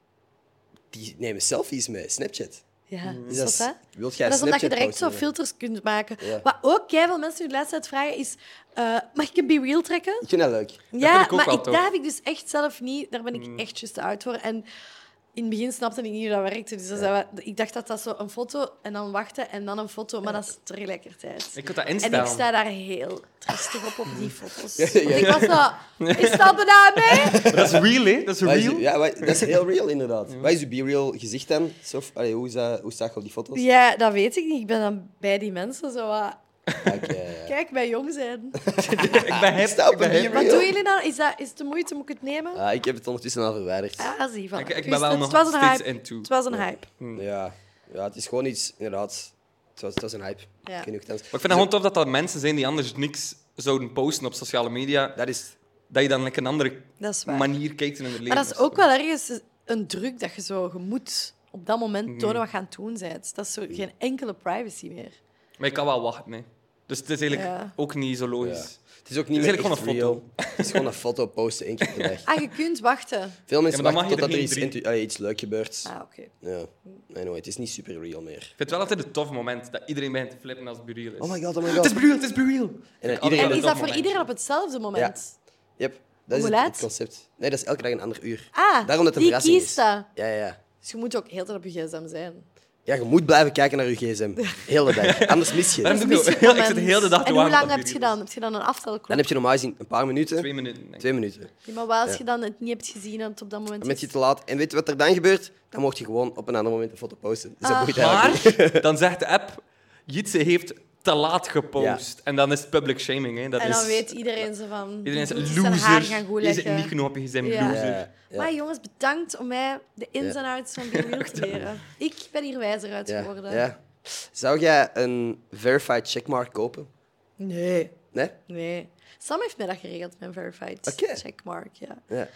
die nemen selfies met Snapchat. Ja, Dus is dat? wilt jij Dat is omdat je Snapchat direct zo posten? filters kunt maken. Ja. Wat ook veel mensen nu de laatste tijd vragen is... mag ik een Be Real trekken? Ik vind dat leuk. Ja, vind ik ook maar wel tof. dat heb ik dus echt zelf niet. Daar ben ik echt juist te oud voor. En in het begin snapte ik niet hoe dat werkte. Dus ik dacht dat dat zo een foto en dan wachten en dan een foto, maar dat is tegelijkertijd. Ik kan dat En instellen. ik sta daar heel tristig op die foto's. Ja, ja. Want ik was zo... Is dat bijna mee? Maar dat is real, hè? Dat is Wat is real. uw- ja, dat is heel real, inderdaad. Wat is uw be-real gezicht dan? Sof? Allee, hoe sta je op die foto's? Ja, dat weet ik niet. Ik ben dan bij die mensen zo wat... Oké, ja. Kijk, bij jong zijn. Ik ben hip. Sta op Ik ben een hip. Be Wat doen jullie dan? Is het de moeite? Moet ik het nemen? Ah, ik heb het ondertussen al verwijderd. Ah, zie van. Ik ben wel nog Het was een steeds hype. into. Het was een hype. Ja, het is gewoon iets, inderdaad. Het was een hype. Ja. Ik weet niet hoe het Maar ik vind het gewoon tof dat dat mensen zijn die anders niks zouden posten op sociale media. Dat is... Dat je dan like, een andere Dat is waar. manier kijkt in het leven. Maar dat is ook wel ergens een druk dat je moet op dat moment tonen wat je aan het doen bent. Dat is zo geen enkele privacy meer. Maar je kan wel wachten, hè. Dus het is eigenlijk Ja. ook niet zo Ja. logisch. Het is ook niet Het is meer eigenlijk echt gewoon een real. Het is gewoon een foto posten één keer per dag. Ah, je kunt wachten. Veel mensen Ja, maar dan wachten mag je totdat er er iets, geen iets leuk gebeurt. Ah, oké. Ja. Anyway, het is niet super real meer. Ik vind het wel altijd een tof moment dat iedereen begint te flippen als het real is. Oh my god, oh my Het god. is real, het is real. En dan En iedereen... En is tof dat voor moment. iedereen op hetzelfde moment? Yep, dat is Hoe het laat? concept. Nee, dat is elke dag een ander uur. Ah, Daarom dat het een die verrassing kiest is. dat. Ja, ja. Dus je moet ook heel de tijd op je gsm zijn. Ja, je moet blijven kijken naar je gsm. Heel de dag. Anders mis je Daarom het. doe ik Mis ook- je het ik zit de hele dag te En hoe wachten lang tot heb die je real dan? Heb je dan een aftelklok? Dan heb je normaal gezien een paar minuten. 2 minuten, denk ik. 2 minuten. Ja, maar wat als Ja. je dan het niet hebt gezien en het op dat moment Dan ben je is? te laat. En weet je wat er dan gebeurt? Dan mocht je gewoon op een ander moment een foto posten. Dus dat boeit eigenlijk niet. Maar dan zegt de app, Jitse heeft te laat gepost. En dan is het public shaming. Hè. Dat En is, dan weet iedereen zo van... iedereen is je een moet zijn haar loser. gaan goed Je zit leggen. niet genoeg op je gsm, Ja. loser. Ja, ja. Maar jongens, bedankt om mij de ins en outs van Be Real te leren. Ik ben hier wijzer uit Ja, geworden. ja. Zou jij een verified checkmark kopen? Nee, Nee? nee. Sam heeft mij dat geregeld, mijn verified Oké. checkmark. Ja. Ja.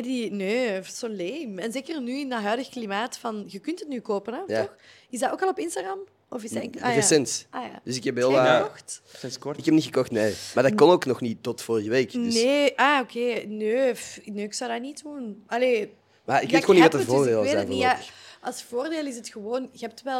Nee, zo lame. En zeker nu in dat huidige klimaat van... Je kunt het nu kopen, hè, Ja. toch? Is dat ook al op Instagram? Of is dat enkel... Ah, ja. Recent. Ah, ja. Dus ik heb heel Heb jij wat... gekocht? Sinds kort. Ik heb niet gekocht, nee. Maar dat kon ook nog niet tot vorige week. Dus. Nee, oké. Nee, ik zou dat niet doen. Allee, Maar ik ja, weet gewoon niet wat de heb het, dus voordelen ik weet zijn het niet. Ja, voorlopig. als voordeel is het gewoon... Je hebt wel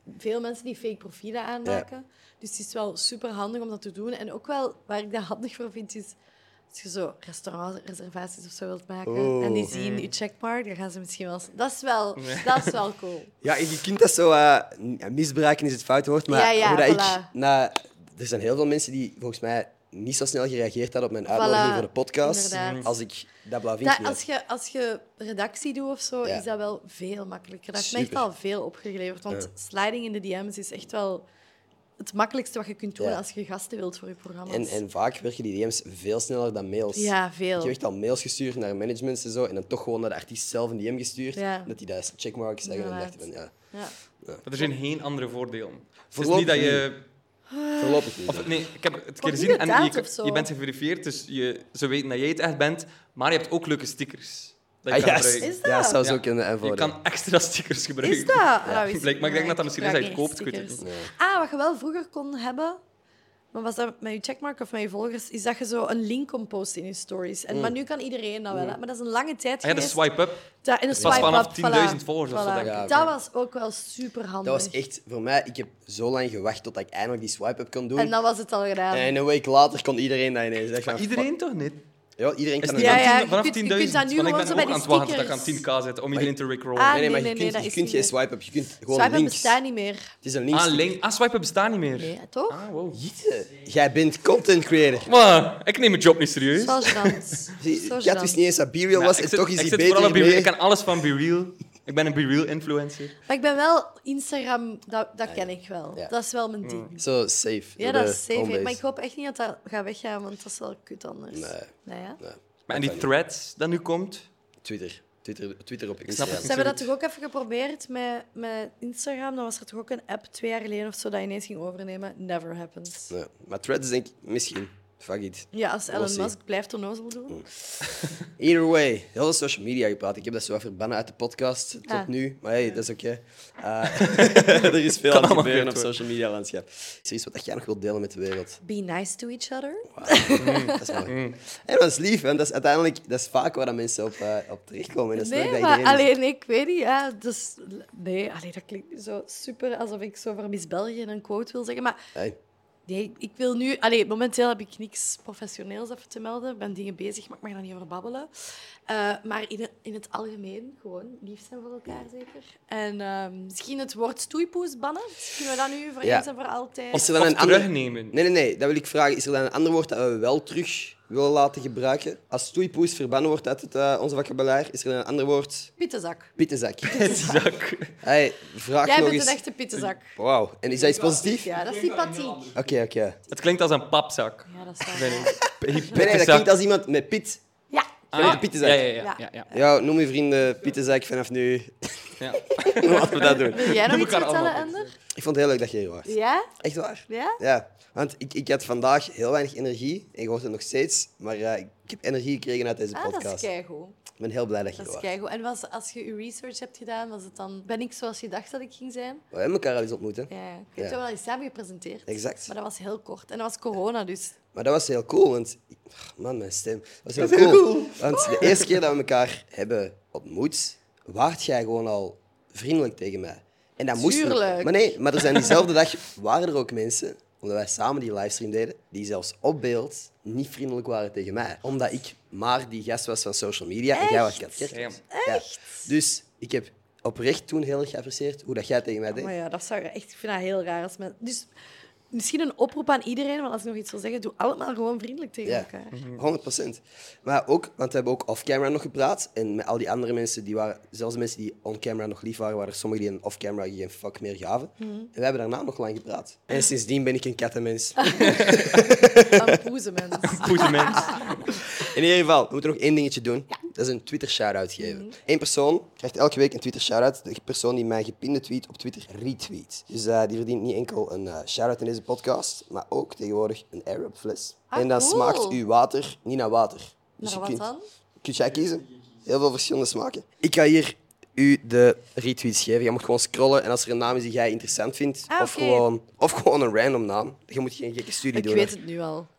veel mensen die fake profielen aanmaken. Dus het is wel super handig om dat te doen. En ook wel, waar ik dat handig voor vind, is als je zo restaurantreservaties of zo wilt maken en die zien je checkmark, dan gaan ze misschien wel... Dat is wel cool. Ja, en je kunt dat zo... misbruiken is het foute woord, maar Ja, hoe dat voilà. er zijn heel veel mensen die volgens mij niet zo snel gereageerd hadden op mijn uitnodiging voor de podcast. Inderdaad. Als ik dat blauw vinkje heb. Als je redactie doet of zo, is dat wel veel makkelijker. Dat heeft me echt Super. al veel opgeleverd. Want sliding in de DM's is echt wel het makkelijkste wat je kunt doen als je gasten wilt voor je programma's. En vaak werken die DM's veel sneller dan mails. Ja, veel. Ik heb echt al mails gestuurd naar managements en zo, en dan toch gewoon naar de artiest zelf een DM gestuurd. Ja. Dat die dat checkmark zeggen en Inderdaad. dachten van Ja. Maar er zijn geen andere voordelen. Het is Voorlopig niet dat je... Voorlopig niet. Of, nee, ik heb het Wordt keer niet gezien en betaald of zo? je bent geverifieerd, dus ze weten dat jij het echt bent. Maar je hebt ook leuke stickers. Dat je Ah, kan yes. gebruiken. Is dat? Ja, zou Ja. zo kunnen Je aanvoeren. kan extra stickers gebruiken. Is dat? Nou, wist Blijkt, maar ik denk dat dat misschien is dat je het gebruik koopt. Ik geen weet het niet. stickers. Wat je wel vroeger kon hebben, maar was dat met je checkmark of met je volgers, is dat je zo een link kon posten in je stories. Maar nu kan iedereen dat wel. Hè. Maar dat is een lange tijd Ah, ja, de geweest. swipe-up. Dat, in de Pas swipe-up, vanaf 10.000 voilà. volgers of zo, Voilà. denk ik. Ja, oké. Dat was ook wel super handig. Dat was echt, voor mij, ik heb zo lang gewacht tot ik eindelijk die swipe-up kon doen. En dan was het al gedaan. En een week later kon iedereen dat ineens. Ik dacht van, Iedereen toch niet? Ja, iedereen Is kan het het niet Ja, van ja, 10 vanaf je 10.000? kunt dat nu Want ik gewoon ben zo ook bij aan die het wachten tot ik aan stickers. 10k zet om iedereen te rickrollen. Ah, Nee, maar nee, je kunt, dat je is kunt niet geen meer. swipe-up. Je kunt gewoon Swipe-up links. bestaat niet meer. Het is een links. Swipe-up bestaat niet meer. Nee, toch? Ah, wow. Jitte, jij bent content creator. Maar, ik neem mijn job niet serieus. Zo gênant. Zie, Zo ik had gênant. dus niet eens dat B-Real was en toch is ik hij zit beter vooral op BeReal. mee. Ik kan alles van BeReal. Ik ben een BeReal-influencer. Maar ik ben wel Instagram, dat ken ik wel. Ja. Dat is wel mijn ding. Zo safe. Ja, door dat de is safe. homebase. Maar ik hoop echt niet dat dat gaat weggaan, want dat is wel kut anders. Nee. Nee, ja? Nee. Maar en die threads dat nu komt... Twitter op snap Instagram. het. Ze hebben dat toch ook even geprobeerd met Instagram. Dan was er toch ook een app 2 jaar geleden of zo dat ineens ging overnemen. Never happens. Nee. Maar Threads denk ik misschien. Fuck it. Ja, als Elon We'll see. Musk blijft onnozel doen. Either way, heel veel social media gepraat. Ik heb dat zo wat verbannen uit de podcast tot Ah. nu. Maar hey, dat is oké. Er is veel aan het allemaal gebeuren op goed, hoor. social media landschap. Is er iets wat jij nog wilt delen met de wereld? Be nice to each other. Dat is mooi. En dat is lief, hè. Dat is uiteindelijk vaak waar dat mensen op terechtkomen. En dat is leuk Nee, dat maar iedereen... alleen ik weet niet. Ja, dus, nee, dat klinkt nu zo super alsof ik zo voor Miss België een quote wil zeggen. Maar Hey, nee, ik wil nu... Momenteel heb ik niks professioneels even te melden. Ik ben dingen bezig, maar ik mag daar niet over babbelen. Maar in het algemeen gewoon lief zijn voor elkaar, zeker. En misschien het woord stoeipoes bannen. Kunnen we dat nu voor Ja. eens en voor altijd... Is er dan Of een ander... terugnemen. Nee, dat wil ik vragen. Is er dan een ander woord dat we wel terug willen laten gebruiken? Als stoeipoes verbannen wordt uit onze vocabulaire, is er dan een ander woord? Pittenzak. Pittenzak. Zak. Hey, vraag Jij nog bent eens... een echte pittenzak. Wauw. En is dat iets positiefs? Ja, dat is sympathiek. Oké. Het klinkt als een papzak. Ja, dat is waar. Vind ik. Nee, dat klinkt als iemand met pit. Ja. Ah, de pietenzak. Ja. Ja, noem je vrienden Pittenzak vanaf nu. Ja. Laten we dat doen. Wil jij nog Doe iets elkaar vertellen, allemaal Ender? Ik vond het heel leuk dat je hier was. Ja? Echt waar. Ja? Ja, want ik had vandaag heel weinig energie. En je hoort het nog steeds. Maar ik heb energie gekregen uit deze Ah, dat podcast. is keigoed. Ik ben heel blij dat je Dat er is was. keigoed. En als je je research hebt gedaan, was het dan... Ben ik zoals je dacht dat ik ging zijn? We hebben elkaar al eens ontmoet, hè? Ja. Ik heb Ja. wel eens samen gepresenteerd. Exact. Maar dat was heel kort. En dat was corona, dus... Maar dat was heel cool, want... Man, mijn stem. Dat was heel cool. Want de eerste keer dat we elkaar hebben ontmoet, waart jij gewoon al vriendelijk tegen mij. En dat moest niet. Tuurlijk. Maar nee, maar er zijn diezelfde dag waren er ook mensen, omdat wij samen die livestream deden, die zelfs op beeld niet vriendelijk waren tegen mij. Omdat ik maar die gast was van social media en jij was Kat Kerkers. Ja. Dus ik heb oprecht toen heel erg geapprecieerd hoe dat jij tegen mij deed. Maar ja, dat zou ik echt... Ik vind dat heel raar. Als men... Dus misschien een oproep aan iedereen, want als ik nog iets wil zeggen, doe allemaal gewoon vriendelijk tegen Ja, elkaar. 100%. Maar ook, want we hebben ook off-camera nog gepraat. En met al die andere mensen, die waren, zelfs de mensen die on-camera nog lief waren, waren er sommigen die off-camera geen fuck meer gaven. En we hebben daarna nog lang gepraat. En sindsdien ben ik een kattenmens. Een poezemens. Poezemens. In ieder geval, we moeten nog één dingetje doen. Dat is een Twitter-shout-out geven. Eén persoon krijgt elke week een Twitter-shout-out. De persoon die mijn gepinde tweet op Twitter retweet. Dus die verdient niet enkel een shout-out in deze podcast, maar ook tegenwoordig een Arab fles. Ah, En dan cool. smaakt uw water niet naar water. Dus Naar je wat dan? kunt jij kiezen. Heel veel verschillende smaken. Ik ga hier u de retweets geven. Je moet gewoon scrollen en als er een naam is die jij interessant vindt, Ah, of, oké. gewoon een random naam, je moet geen gekke studie Ik doen. weet hè. het nu al.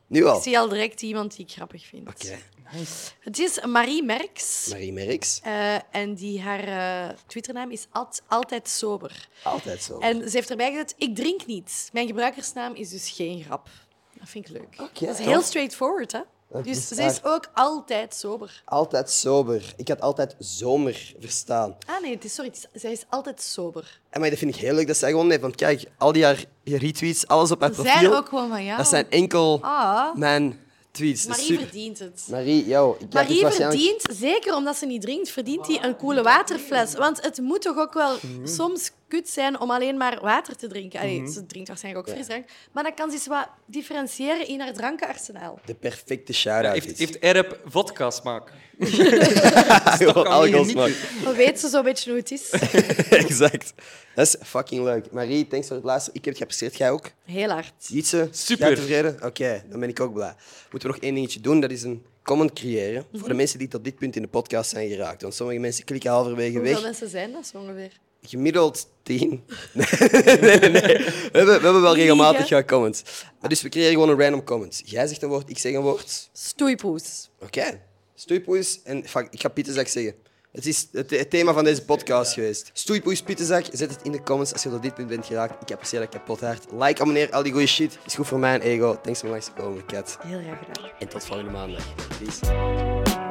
Nu al? Ik zie al direct iemand die ik grappig vind. Oké. Het is Marie Merks. Marie Merks. En haar Twitternaam is altijd sober. Altijd zo. En ze heeft erbij gezet, ik drink niet. Mijn gebruikersnaam is dus geen grap. Dat vind ik leuk. Oké, dat is tof. heel straightforward, hè? Dus is ze is ook altijd sober. Altijd sober. Ik had altijd zomer verstaan. Ah nee, zij is altijd sober. En maar dat vind ik heel leuk dat zij gewoon heeft. Want kijk, al die haar retweets, alles op haar Ze profiel, zijn ook gewoon van jou. dat zijn enkel Ah. mijn tweets. Dat is Marie super. verdient het. Marie, yo, ik krijg het Marie waarschijnlijk... verdient, zeker omdat ze niet drinkt, verdient hij een coole waterfles. Want het moet toch ook wel soms kut zijn om alleen maar water te drinken. Allee, ze drinkt waarschijnlijk ook frisdrank. Maar dan kan ze eens wat differentiëren in haar drankenarsenaal. De perfecte shout-out. Heeft Arab vodka smaak? Gewoon alcohol smaak. Dan weet ze zo'n beetje hoe het is. Exact. Dat is fucking leuk. Marie, thanks voor het luisteren. Ik heb het geapprecieerd. Jij ook? Heel hard. Ietse? Super. Jij tevreden? Oké, dan ben ik ook blij. Moeten we nog één dingetje doen. Dat is een comment creëren voor de mensen die tot dit punt in de podcast zijn geraakt. Want sommige mensen klikken halverwege Hoeveel weg. mensen zijn dat zo ongeveer? Gemiddeld 10. Nee. We hebben wel regelmatig Liegen. jouw comments. Maar dus we creëren gewoon een random comment. Jij zegt een woord, ik zeg een woord. Stoeipoes. Oké. Stoeipoes en fuck, ik ga pietenzak zeggen. Het is het thema van deze podcast geweest. Stoeipoes, pietenzak, zet het in de comments als je tot dit punt bent geraakt. Ik apprecieer dat kapot hard. Like, abonneer, al die goeie shit. Is goed voor mijn ego. Thanks voor langs te komen, Kat. Heel graag gedaan. En tot volgende maandag. Peace.